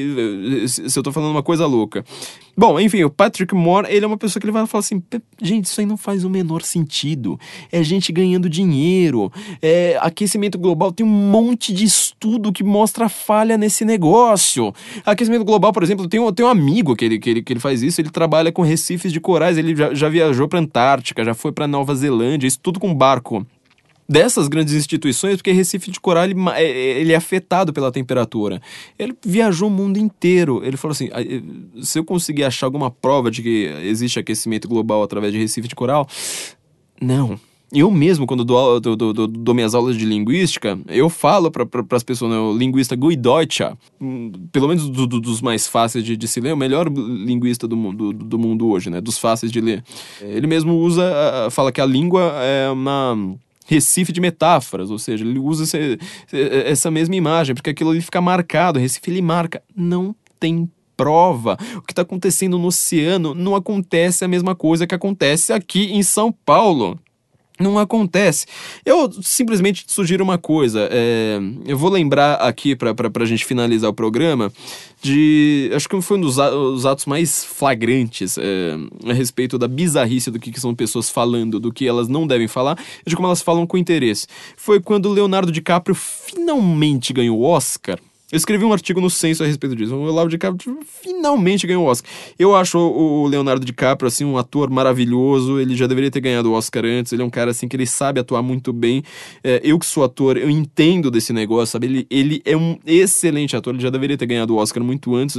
se eu tô falando uma coisa louca. Bom, enfim, o Patrick Moore, ele é uma pessoa que ele vai falar assim, gente, isso aí não faz o menor sentido, é gente ganhando dinheiro, aquecimento global, tem um monte de estudo que mostra falha nesse negócio. Aquecimento global, por exemplo, tem um amigo que ele faz isso, ele trabalha com recifes de corais, ele já viajou pra Antártica, já foi pra Nova Zelândia, isso tudo com barco. Dessas grandes instituições, porque Recife de Coral ele é afetado pela temperatura. Ele viajou o mundo inteiro. Ele falou assim, se eu conseguir achar alguma prova de que existe aquecimento global através de Recife de Coral, não. Eu mesmo, quando dou minhas aulas de linguística, eu falo para as pessoas, né, o linguista Guy Deutscher, pelo menos dos mais fáceis de se ler, o melhor linguista do mundo hoje, né, dos fáceis de ler. Ele mesmo fala que a língua é uma... Recife de metáforas, ou seja, ele usa essa mesma imagem, porque aquilo ali fica marcado, Recife ele marca, não tem prova. O que tá acontecendo no oceano não acontece a mesma coisa que acontece aqui em São Paulo. Não acontece. Eu simplesmente te sugiro uma coisa. Eu vou lembrar aqui, pra gente finalizar o programa, acho que foi um dos atos mais flagrantes a respeito da bizarrice do que são pessoas falando, do que elas não devem falar, e de como elas falam com interesse. Foi quando o Leonardo DiCaprio finalmente ganhou o Oscar. Eu escrevi um artigo no Censo a respeito disso. O Leonardo DiCaprio finalmente ganhou o Oscar. Eu acho o Leonardo DiCaprio, assim, um ator maravilhoso. Ele já deveria ter ganhado o Oscar antes. Ele é um cara, assim, que ele sabe atuar muito bem. Eu que sou ator, eu entendo desse negócio, sabe? Ele é um excelente ator. Ele já deveria ter ganhado o Oscar muito antes.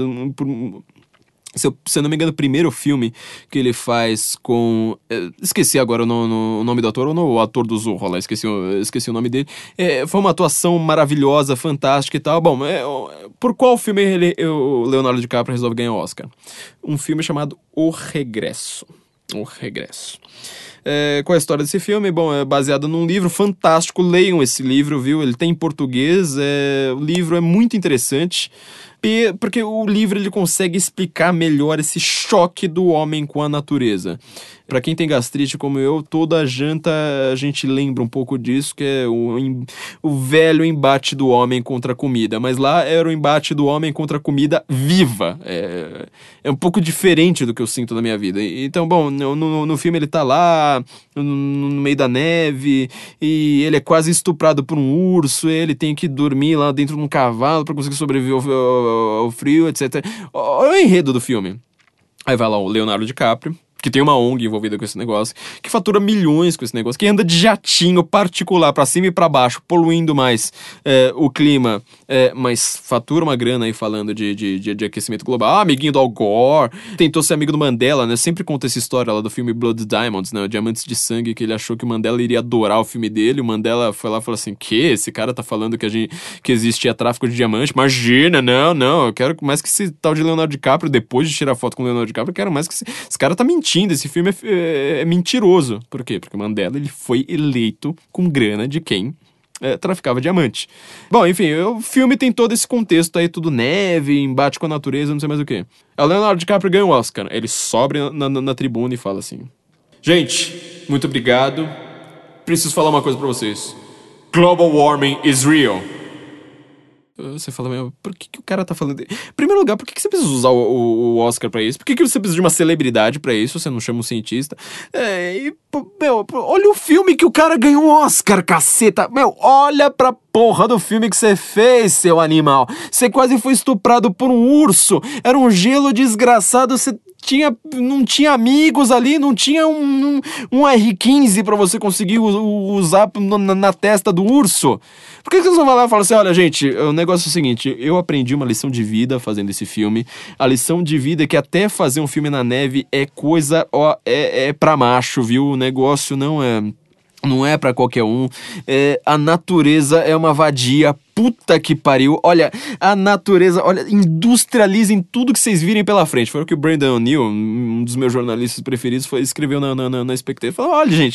Se eu não me engano, o primeiro filme que ele faz com... esqueci agora o nome do ator, ou o ator do Zorro lá, esqueci o nome dele. Foi uma atuação maravilhosa, fantástica e tal. Bom, por qual filme o Leonardo DiCaprio resolve ganhar o Oscar? Um filme chamado O Regresso. O Regresso. Qual é a história desse filme? Bom, é baseado num livro fantástico. Leiam esse livro, viu? Ele tem em português. O livro é muito interessante. Porque o livro ele consegue explicar melhor esse choque do homem com a natureza. Pra quem tem gastrite como eu, toda janta a gente lembra um pouco disso, que é o velho embate do homem contra a comida. Mas lá era o embate do homem contra a comida viva. É um pouco diferente do que eu sinto na minha vida. Então, bom, no filme ele tá lá, no meio da neve, e ele é quase estuprado por um urso, ele tem que dormir lá dentro de um cavalo pra conseguir sobreviver ao frio, etc. Olha o enredo do filme. Aí vai lá o Leonardo DiCaprio, que tem uma ONG envolvida com esse negócio, que fatura milhões com esse negócio, que anda de jatinho particular pra cima e pra baixo, poluindo mais o clima, mas fatura uma grana aí falando de aquecimento global. Amiguinho do Al Gore, tentou ser amigo do Mandela, né? Sempre conta essa história lá do filme Blood Diamonds, né? O Diamantes de Sangue, que ele achou que o Mandela iria adorar o filme dele. O Mandela foi lá e falou assim, esse cara tá falando que existia tráfico de diamante? Imagina, não, eu quero mais que esse tal de Leonardo DiCaprio, depois de tirar foto com o Leonardo DiCaprio, eu quero mais que esse cara tá mentindo. Esse filme é mentiroso. Por quê? Porque Mandela ele foi eleito com grana de quem traficava diamante. Bom, enfim, o filme tem todo esse contexto aí, tudo neve, embate com a natureza, não sei mais o quê. O Leonardo DiCaprio ganha o Oscar. Ele sobe na tribuna e fala assim: gente, muito obrigado. Preciso falar uma coisa pra vocês. Global warming is real. Você fala, por que o cara tá falando... Em primeiro lugar, por que você precisa usar o Oscar pra isso? Por que você precisa de uma celebridade pra isso? Você não chama um cientista? Olha o filme que o cara ganhou um Oscar, caceta! Olha pra porra do filme que você fez, seu animal! Você quase foi estuprado por um urso! Era um gelo desgraçado, você... não tinha amigos ali, não tinha um R15 pra você conseguir usar na testa do urso. Por que vocês vão lá e falar assim, olha gente, o negócio é o seguinte, eu aprendi uma lição de vida fazendo esse filme. A lição de vida é que até fazer um filme na neve é coisa, é pra macho, viu? O negócio não é pra qualquer um. A natureza é uma vadia. Puta que pariu. Olha, a natureza, industrializem tudo que vocês virem pela frente. Foi o que o Brandon O'Neill, um dos meus jornalistas preferidos, escreveu na Spectator. Falou, olha, gente,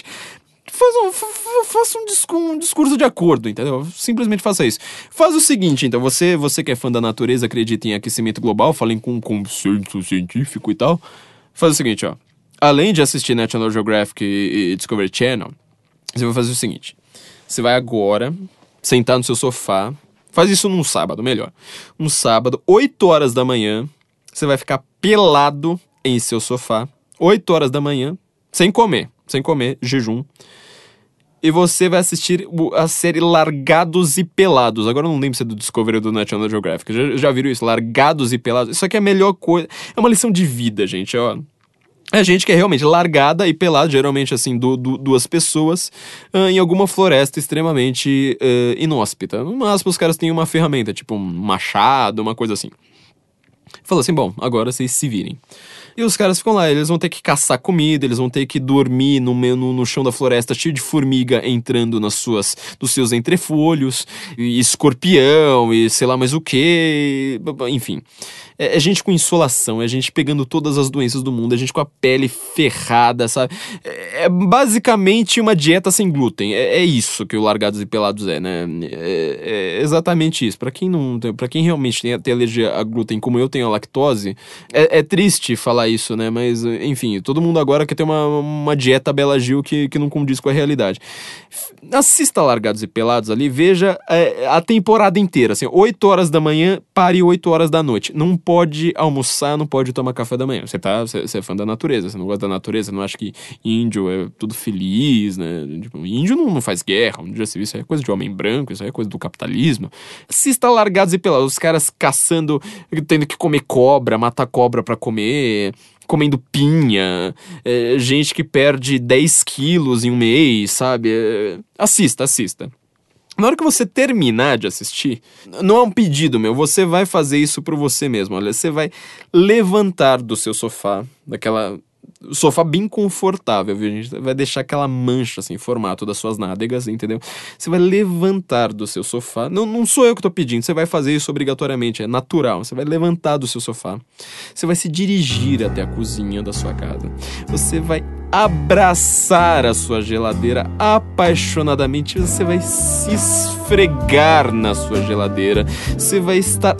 faça um discurso de acordo, entendeu? Simplesmente faça isso. Faz o seguinte, então, você que é fã da natureza, acredita em aquecimento global, falem com consenso científico e tal. Faz o seguinte, ó. Além de assistir National Geographic e Discovery Channel, você vai fazer o seguinte. Você vai agora sentar no seu sofá. Faz isso num sábado, melhor. Um sábado, 8 horas da manhã. Você vai ficar pelado em seu sofá. 8 horas da manhã, sem comer, jejum. E você vai assistir a série Largados e Pelados. Agora eu não lembro se é do Discovery ou do National Geographic. Já viram isso? Largados e Pelados. Isso aqui é a melhor coisa. É uma lição de vida, gente, ó. É gente que é realmente largada e pelada, geralmente assim, duas pessoas, em alguma floresta extremamente inóspita. No máximo os caras têm uma ferramenta, tipo um machado, uma coisa assim. Falou assim, bom, agora vocês se virem. E os caras ficam lá, eles vão ter que caçar comida, eles vão ter que dormir no chão da floresta cheio de formiga entrando nos seus entrefolhos, e escorpião, e sei lá mais o que, enfim. É gente com insolação, é gente pegando todas as doenças do mundo, é gente com a pele ferrada, sabe? É basicamente uma dieta sem glúten. É isso que o Largados e Pelados é, né? É exatamente isso. Pra quem realmente tem alergia a glúten, como eu tenho a lactose, é triste falar isso, né? Mas, enfim, todo mundo agora quer ter uma dieta Bela Gil que não condiz com a realidade. Assista Largados e Pelados ali, veja a temporada inteira, assim, 8 horas da manhã, pare 8 horas da noite. Não pode almoçar, não pode tomar café da manhã. Você é fã da natureza, você não gosta da natureza, não acha que índio é tudo feliz, né? Tipo, índio não faz guerra, onde já se viu, isso aí é coisa de homem branco, isso aí é coisa do capitalismo. Assista Largados e Pelados, os caras caçando, tendo que comer cobra, matar cobra pra comer, comendo pinha, gente que perde 10 quilos em um mês, sabe? Assista. Na hora que você terminar de assistir, não é um pedido meu, você vai fazer isso por você mesmo. Olha, você vai levantar do seu sofá, daquela sofá bem confortável, viu, gente? Vai deixar aquela mancha, assim, em formato das suas nádegas, entendeu? Você vai levantar do seu sofá. Não sou eu que tô pedindo, você vai fazer isso obrigatoriamente, é natural. Você vai levantar do seu sofá. Você vai se dirigir até a cozinha da sua casa. Você vai abraçar a sua geladeira apaixonadamente. Você vai se esfregar na sua geladeira. Você vai estar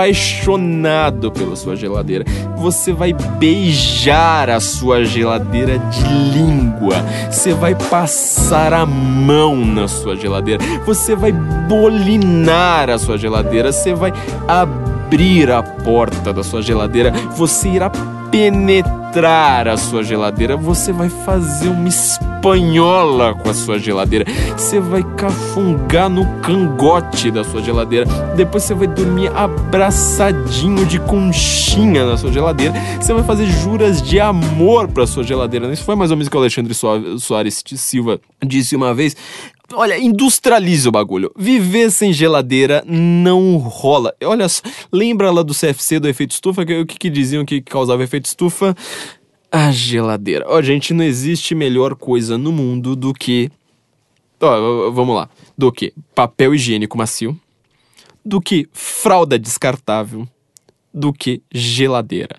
apaixonado pela sua geladeira. Você vai beijar a sua geladeira de língua. Você vai passar a mão na sua geladeira. Você vai bolinar a sua geladeira. Você vai abrir a porta da sua geladeira. Você irá penetrar a sua geladeira, você vai fazer uma espanhola com a sua geladeira, você vai cafungar no cangote da sua geladeira, depois você vai dormir abraçadinho de conchinha na sua geladeira, você vai fazer juras de amor pra sua geladeira. Isso foi mais ou menos o que o Alexandre Soares Silva disse uma vez. Olha, industrialize o bagulho. Viver sem geladeira não rola. Olha só, lembra lá do CFC, do efeito estufa? O que diziam que causava efeito estufa? A geladeira. Ó, gente, não existe melhor coisa no mundo do que... vamos lá. Do que papel higiênico macio, do que fralda descartável, do que geladeira.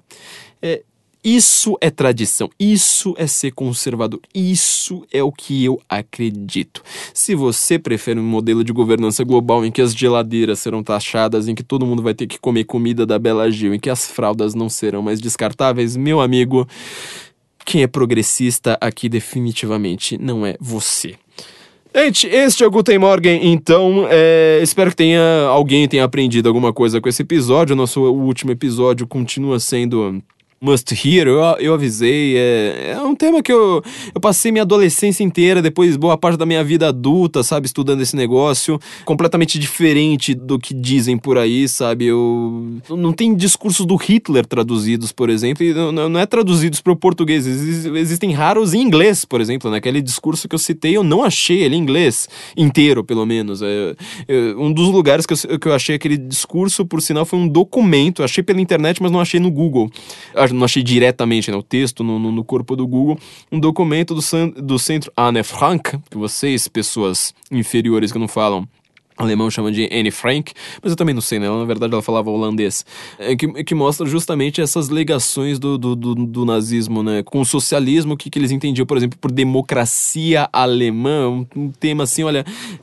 Isso é tradição, isso é ser conservador, isso é o que eu acredito. Se você prefere um modelo de governança global em que as geladeiras serão taxadas, em que todo mundo vai ter que comer comida da Bela Gil, em que as fraldas não serão mais descartáveis, meu amigo, quem é progressista aqui definitivamente não é você. Gente, este é o Guten Morgen, então, espero que alguém tenha aprendido alguma coisa com esse episódio. O último episódio continua sendo... Must Hear, eu avisei, é um tema que eu passei minha adolescência inteira, depois boa parte da minha vida adulta, sabe, estudando esse negócio, completamente diferente do que dizem por aí, sabe, não tem discursos do Hitler traduzidos, por exemplo, e não é traduzidos para o português, existem raros em inglês, por exemplo, né, aquele discurso que eu citei, eu não achei ele em inglês, inteiro, pelo menos, um dos lugares que eu achei aquele discurso, por sinal, foi um documento, achei pela internet, mas não achei no Google, não achei diretamente, né, o texto no corpo do Google, um documento do Centro Anne Frank, que vocês, pessoas inferiores que não falam alemão, chamam de Anne Frank, mas eu também não sei, né? Na verdade ela falava holandês, que mostra justamente essas ligações do nazismo, né? Com o socialismo, que eles entendiam, por exemplo, por democracia alemã, um tema assim, olha,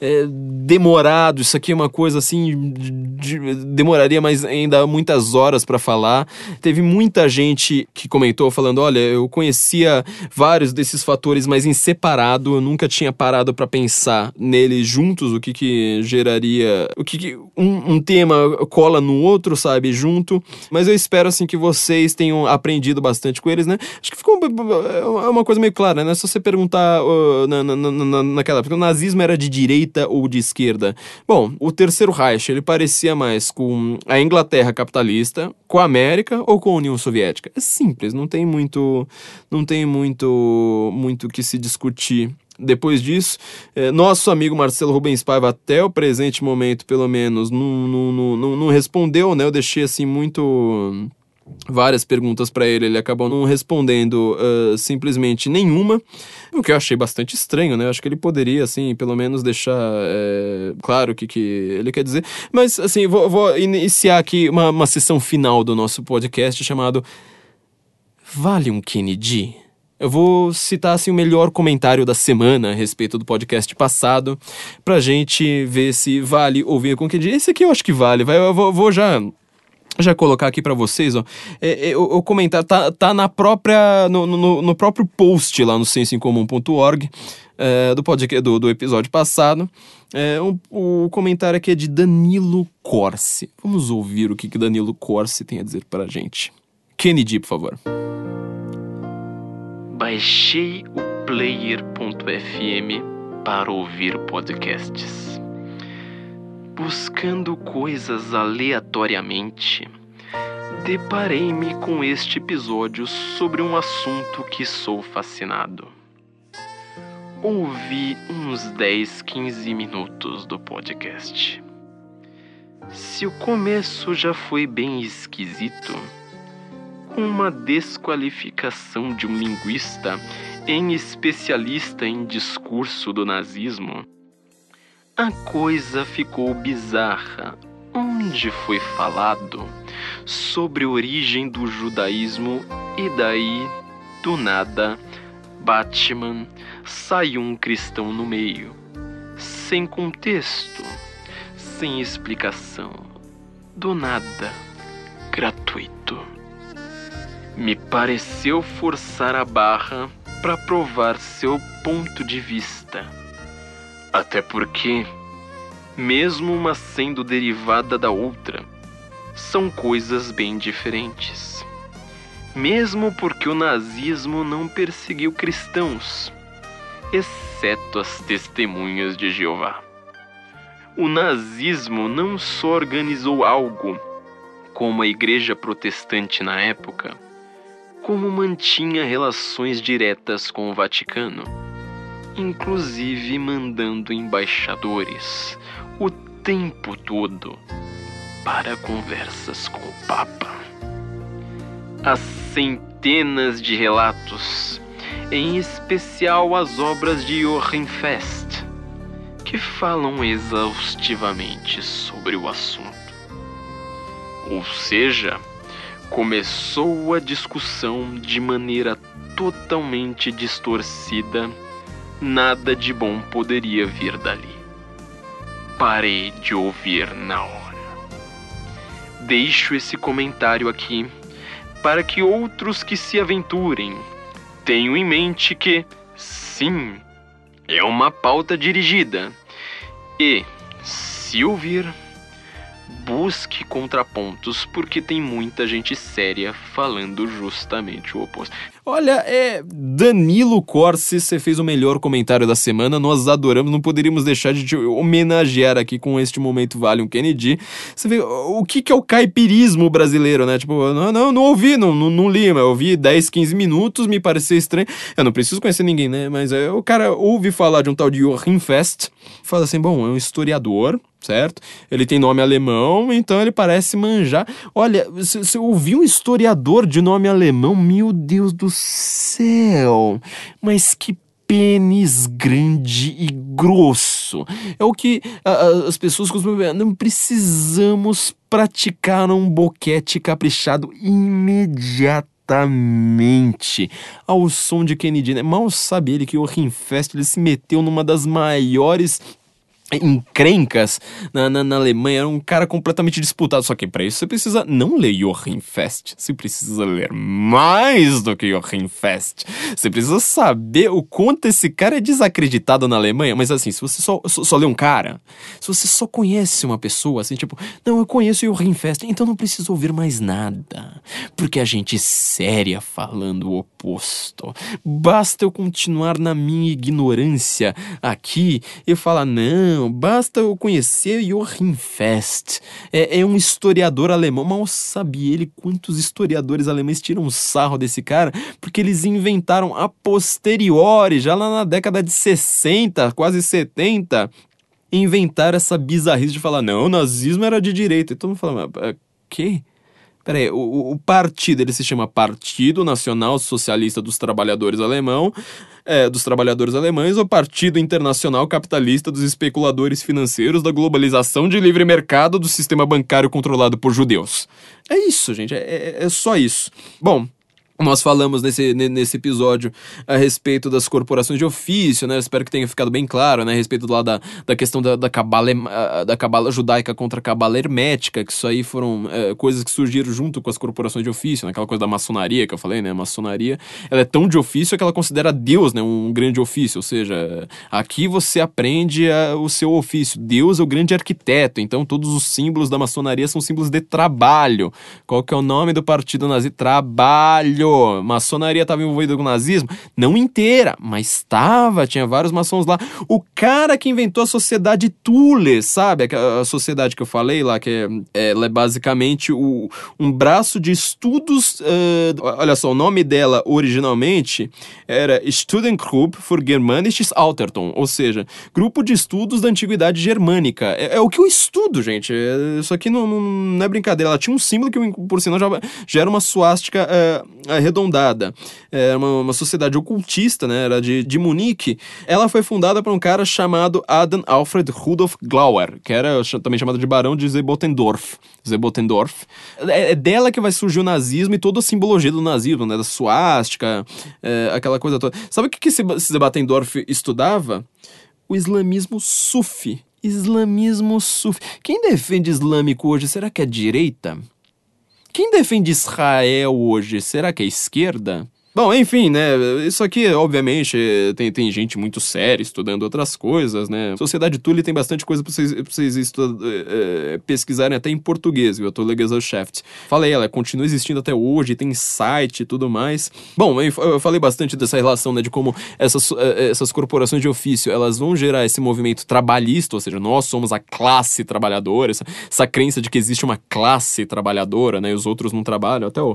demorado, isso aqui é uma coisa assim, demoraria mais ainda muitas horas para falar. Teve muita gente que comentou falando, olha, eu conhecia vários desses fatores, mas em separado, eu nunca tinha parado para pensar neles juntos, o que geraria, o que um tema cola no outro, sabe, junto, mas eu espero, assim, que vocês tenham aprendido bastante com eles, né, acho que ficou uma coisa meio clara, né, se você perguntar naquela época, o nazismo era de direita ou de esquerda? Bom, o Terceiro Reich, ele parecia mais com a Inglaterra capitalista, com a América ou com a União Soviética? É simples, não tem muito que se discutir. Depois disso, nosso amigo Marcelo Rubens Paiva, até o presente momento, pelo menos, não respondeu, né? Eu deixei assim muito várias perguntas pra ele, ele acabou não respondendo simplesmente nenhuma, o que eu achei bastante estranho, né? Eu acho que ele poderia, assim, pelo menos deixar claro o que ele quer dizer. Mas, assim, vou iniciar aqui uma sessão final do nosso podcast chamado Vale um Kennedy? Eu vou citar, assim, o melhor comentário da semana a respeito do podcast passado, pra gente ver se vale ouvir com o Kennedy. Esse aqui eu acho que vale, eu vou já colocar aqui pra vocês, ó. O comentário tá na própria, no próprio post lá no sensoincomum.org do episódio passado. O comentário aqui é de Danilo Corsi. Vamos ouvir o que Danilo Corsi tem a dizer pra gente. Kennedy, por favor. Baixei o player.fm para ouvir podcasts. Buscando coisas aleatoriamente, deparei-me com este episódio sobre um assunto que sou fascinado. Ouvi uns 10, 15 minutos do podcast. Se o começo já foi bem esquisito, com uma desqualificação de um linguista em especialista em discurso do nazismo, a coisa ficou bizarra, onde foi falado sobre a origem do judaísmo e daí, do nada, Batman saiu um cristão no meio, sem contexto, sem explicação, do nada, gratuito. Me pareceu forçar a barra para provar seu ponto de vista. Até porque, mesmo uma sendo derivada da outra, são coisas bem diferentes. Mesmo porque o nazismo não perseguiu cristãos, exceto as testemunhas de Jeová. O nazismo não só organizou algo, como a igreja protestante na época, como mantinha relações diretas com o Vaticano, inclusive mandando embaixadores o tempo todo para conversas com o Papa. Há centenas de relatos, em especial as obras de Joachim Fest, que falam exaustivamente sobre o assunto. Ou seja, começou a discussão de maneira totalmente distorcida. Nada de bom poderia vir dali. Parei de ouvir na hora. Deixo esse comentário aqui para que outros que se aventurem tenham em mente que, sim, é uma pauta dirigida e, se ouvir, busque contrapontos, porque tem muita gente séria falando justamente o oposto. Olha, Danilo Corsi, você fez o melhor comentário da semana, nós adoramos, não poderíamos deixar de te homenagear aqui com este momento Vale um Kennedy. Você vê o que é o caipirismo brasileiro, né? Tipo, não ouvi, não li, mas eu ouvi 10, 15 minutos, me pareceu estranho. Eu não preciso conhecer ninguém, né? Mas o cara ouve falar de um tal de Joachim Fest, fala assim, bom, é um historiador, certo? Ele tem nome alemão, então ele parece manjar. Olha, se eu ouvir um historiador de nome alemão, meu Deus do céu, mas que pênis grande e grosso. É o que as pessoas costumam ver. Não precisamos praticar um boquete caprichado imediatamente ao som de Kennedy, né? Mal sabe ele que o Joachim Fest, ele se meteu numa das maiores encrencas na Alemanha, era um cara completamente disputado, só que pra isso você precisa não ler Joachim Fest, você precisa ler mais do que Joachim Fest, você precisa saber o quanto esse cara é desacreditado na Alemanha. Mas assim, se você só lê um cara, se você só conhece uma pessoa, assim, tipo, não, eu conheço Joachim Fest, então não preciso ouvir mais nada, porque a gente séria falando o oposto, basta eu continuar na minha ignorância aqui e falar, não, basta eu conhecer Joachim Fest. É um historiador alemão. Mal sabe ele quantos historiadores alemães tiram sarro desse cara, porque eles inventaram a posteriori, já lá na década de 60, quase 70, inventaram essa bizarrice de falar, não, o nazismo era de direita. E todo mundo fala, quê? Peraí, o partido, ele se chama Partido Nacional Socialista dos Trabalhadores Alemães, ou Partido Internacional Capitalista dos Especuladores Financeiros da Globalização de Livre Mercado do Sistema Bancário Controlado por Judeus. É isso, gente, é só isso. Bom, nós falamos nesse episódio a respeito das corporações de ofício, né? Espero que tenha ficado bem claro, né? A respeito lá da questão da cabala judaica contra a cabala hermética, que isso aí foram coisas que surgiram junto com as corporações de ofício, né? Aquela coisa da maçonaria que eu falei, né? A maçonaria, ela é tão de ofício que ela considera Deus, né? Um grande ofício, ou seja, aqui você aprende o seu ofício. Deus é o grande arquiteto, então todos os símbolos da maçonaria são símbolos de trabalho. Qual que é o nome do partido nazi? Trabalho. Maçonaria estava envolvida com o nazismo? Não inteira, mas estava, tinha vários maçons lá. O cara que inventou a sociedade Thule, sabe? A sociedade que eu falei lá, que ela é basicamente um braço de estudos. Olha só, o nome dela originalmente era Studengruppe für Germanisches Altertum, ou seja, grupo de estudos da antiguidade germânica. É o que eu estudo, gente. Isso aqui não é brincadeira. Ela tinha um símbolo que, por sinal, já era uma suástica arredondada. Era uma sociedade ocultista, né? Era de Munique. Ela foi fundada por um cara chamado Adam Alfred Rudolf Glauer, que era também chamado de Barão de Zebotendorf. É dela que vai surgir o nazismo e toda a simbologia do nazismo, né? Da suástica, aquela coisa toda. Sabe o que esse Zebotendorf estudava? O islamismo sufi. Quem defende islâmico hoje, será que é direita? Quem defende Israel hoje, será que é esquerda? Bom, enfim, né, isso aqui, obviamente, tem gente muito séria estudando outras coisas, né. Sociedade Thule tem bastante coisa pra vocês pesquisarem até em português, viu, a Thule Gesellschaft. Falei, ela continua existindo até hoje, tem site e tudo mais. Bom, eu falei bastante dessa relação, né, de como essas corporações de ofício, elas vão gerar esse movimento trabalhista, ou seja, nós somos a classe trabalhadora, essa crença de que existe uma classe trabalhadora, né, e os outros não trabalham. Até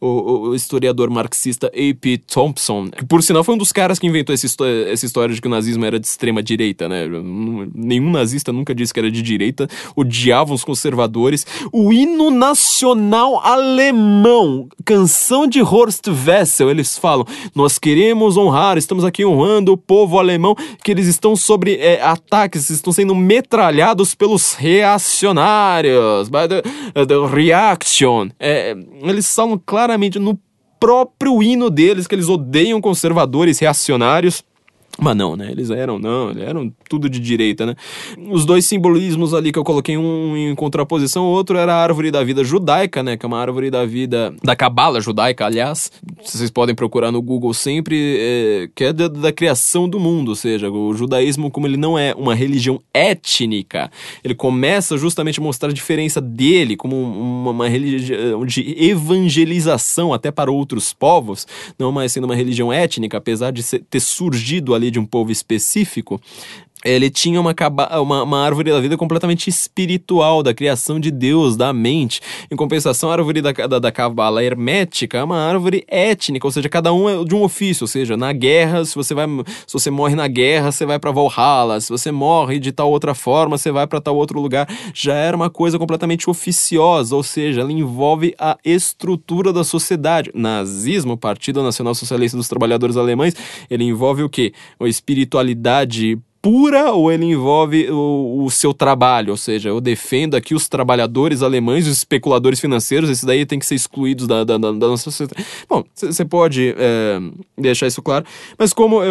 o historiador marxista A.P. Thompson, que por sinal foi um dos caras que inventou essa história de que o nazismo era de extrema direita, né? Nenhum nazista nunca disse que era de direita, odiavam os conservadores. O hino nacional alemão, canção de Horst Wessel, eles falam, nós queremos honrar, estamos aqui honrando o povo alemão, que eles estão sobre ataques, estão sendo metralhados pelos reacionários, by the reaction. Eles falam claramente no próprio hino deles que eles odeiam conservadores reacionários. Mas não, né? Eles eram tudo de direita, né? Os dois simbolismos ali que eu coloquei, um em contraposição, o outro era a árvore da vida judaica, né? Que é uma árvore da vida, da cabala judaica, aliás. Vocês podem procurar no Google sempre, que é da criação do mundo, ou seja, o judaísmo, como ele não é uma religião étnica, ele começa justamente a mostrar a diferença dele como uma religião de evangelização até para outros povos, não mais sendo uma religião étnica, apesar de ter surgido ali de um povo específico. Ele tinha uma árvore da vida completamente espiritual, da criação de Deus, da mente. Em compensação, a árvore da cabala hermética é uma árvore étnica, ou seja, cada um é de um ofício, ou seja, na guerra, se você morre na guerra, você vai para Valhalla, se você morre de tal outra forma, você vai para tal outro lugar. Já era uma coisa completamente oficiosa, ou seja, ela envolve a estrutura da sociedade. Nazismo, Partido Nacional Socialista dos Trabalhadores Alemães, ele envolve o quê? A espiritualidade pura, ou ele envolve o seu trabalho, ou seja, eu defendo aqui os trabalhadores alemães, os especuladores financeiros, esses daí tem que ser excluídos da nossa sociedade. Bom, você pode deixar isso claro, mas como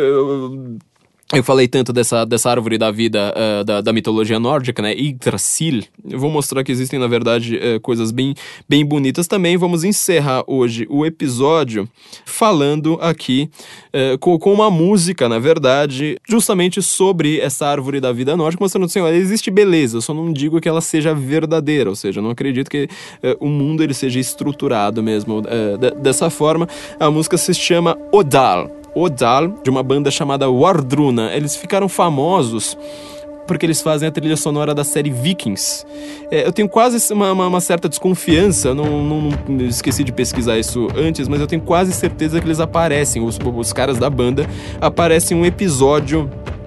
eu falei tanto dessa árvore da vida da mitologia nórdica, né, Yggdrasil, eu vou mostrar que existem, na verdade, coisas bem bonitas também. Vamos encerrar hoje o episódio falando aqui com uma música, na verdade, justamente sobre essa árvore da vida nórdica, mostrando assim, olha, existe beleza, eu só não digo que ela seja verdadeira, ou seja, eu não acredito que o mundo ele seja estruturado mesmo dessa forma. A música se chama Odal, de uma banda chamada Wardruna. Eles ficaram famosos porque eles fazem a trilha sonora da série Vikings. Eu tenho quase uma certa desconfiança, não esqueci de pesquisar isso antes, mas eu tenho quase certeza que eles aparecem, os caras da banda aparecem em um episódio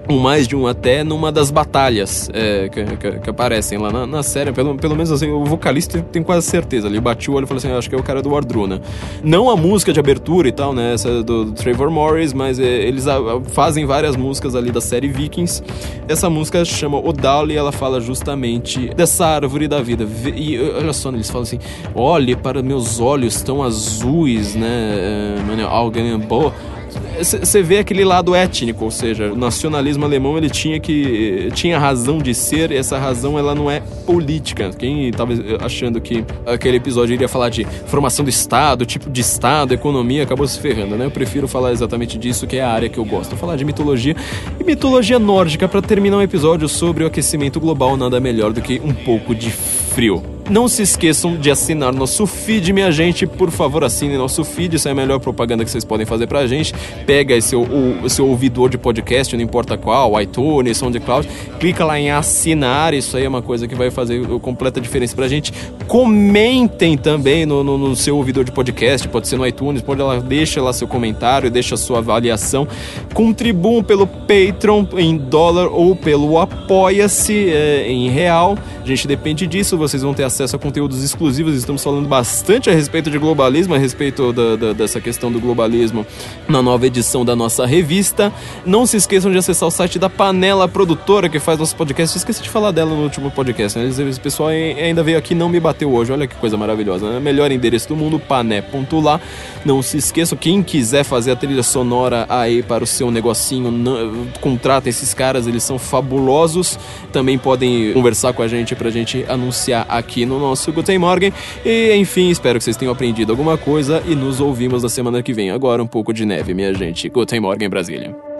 ou mais de um até, numa das batalhas que aparecem lá na série. Pelo menos assim, o vocalista tem quase certeza. Ele bati o olho e falou assim, acho que é o cara do Wardruna. Não a música de abertura e tal, né, essa do Trevor Morris, mas eles fazem várias músicas ali da série Vikings. Essa música chama Odal e ela fala justamente dessa árvore da vida. E olha só, eles falam assim, olhe para meus olhos tão azuis, né, alguém boa. Você vê aquele lado étnico, ou seja, o nacionalismo alemão ele tinha razão de ser, e essa razão ela não é política. Quem estava achando que aquele episódio iria falar de formação do Estado, tipo de Estado, economia, acabou se ferrando, né? Eu prefiro falar exatamente disso, que é a área que eu gosto. Falar de mitologia e mitologia nórdica para terminar um episódio sobre o aquecimento global, nada melhor do que um pouco de frio. Não se esqueçam de assinar nosso feed, minha gente. Por favor, assinem nosso feed. Isso é a melhor propaganda que vocês podem fazer pra gente. Pega o seu ouvidor de podcast, não importa qual, iTunes, SoundCloud, clica lá em assinar. Isso aí é uma coisa que vai fazer completa diferença pra gente. Comentem também no seu ouvidor de podcast, pode ser no iTunes, deixa lá seu comentário, deixa sua avaliação. Contribuam pelo Patreon em dólar ou pelo Apoia-se em real. A gente depende disso, vocês vão ter acesso a conteúdos exclusivos. Estamos falando bastante a respeito de globalismo, a respeito dessa questão do globalismo na nova edição da nossa revista. Não se esqueçam de acessar o site da Panela Produtora, que faz nosso podcast. Esqueci de falar dela no último podcast, né? Esse pessoal ainda veio aqui e não me bateu hoje. Olha que coisa maravilhosa, né? Melhor endereço do mundo, pané.lá. Não se esqueçam, quem quiser fazer a trilha sonora aí para o seu negocinho, contrata esses caras, eles são fabulosos. Também podem conversar com a gente pra gente anunciar aqui no nosso Guten Morgen. E enfim, espero que vocês tenham aprendido alguma coisa e nos ouvimos na semana que vem. Agora um pouco de neve, minha gente. Guten Morgen, Brasília.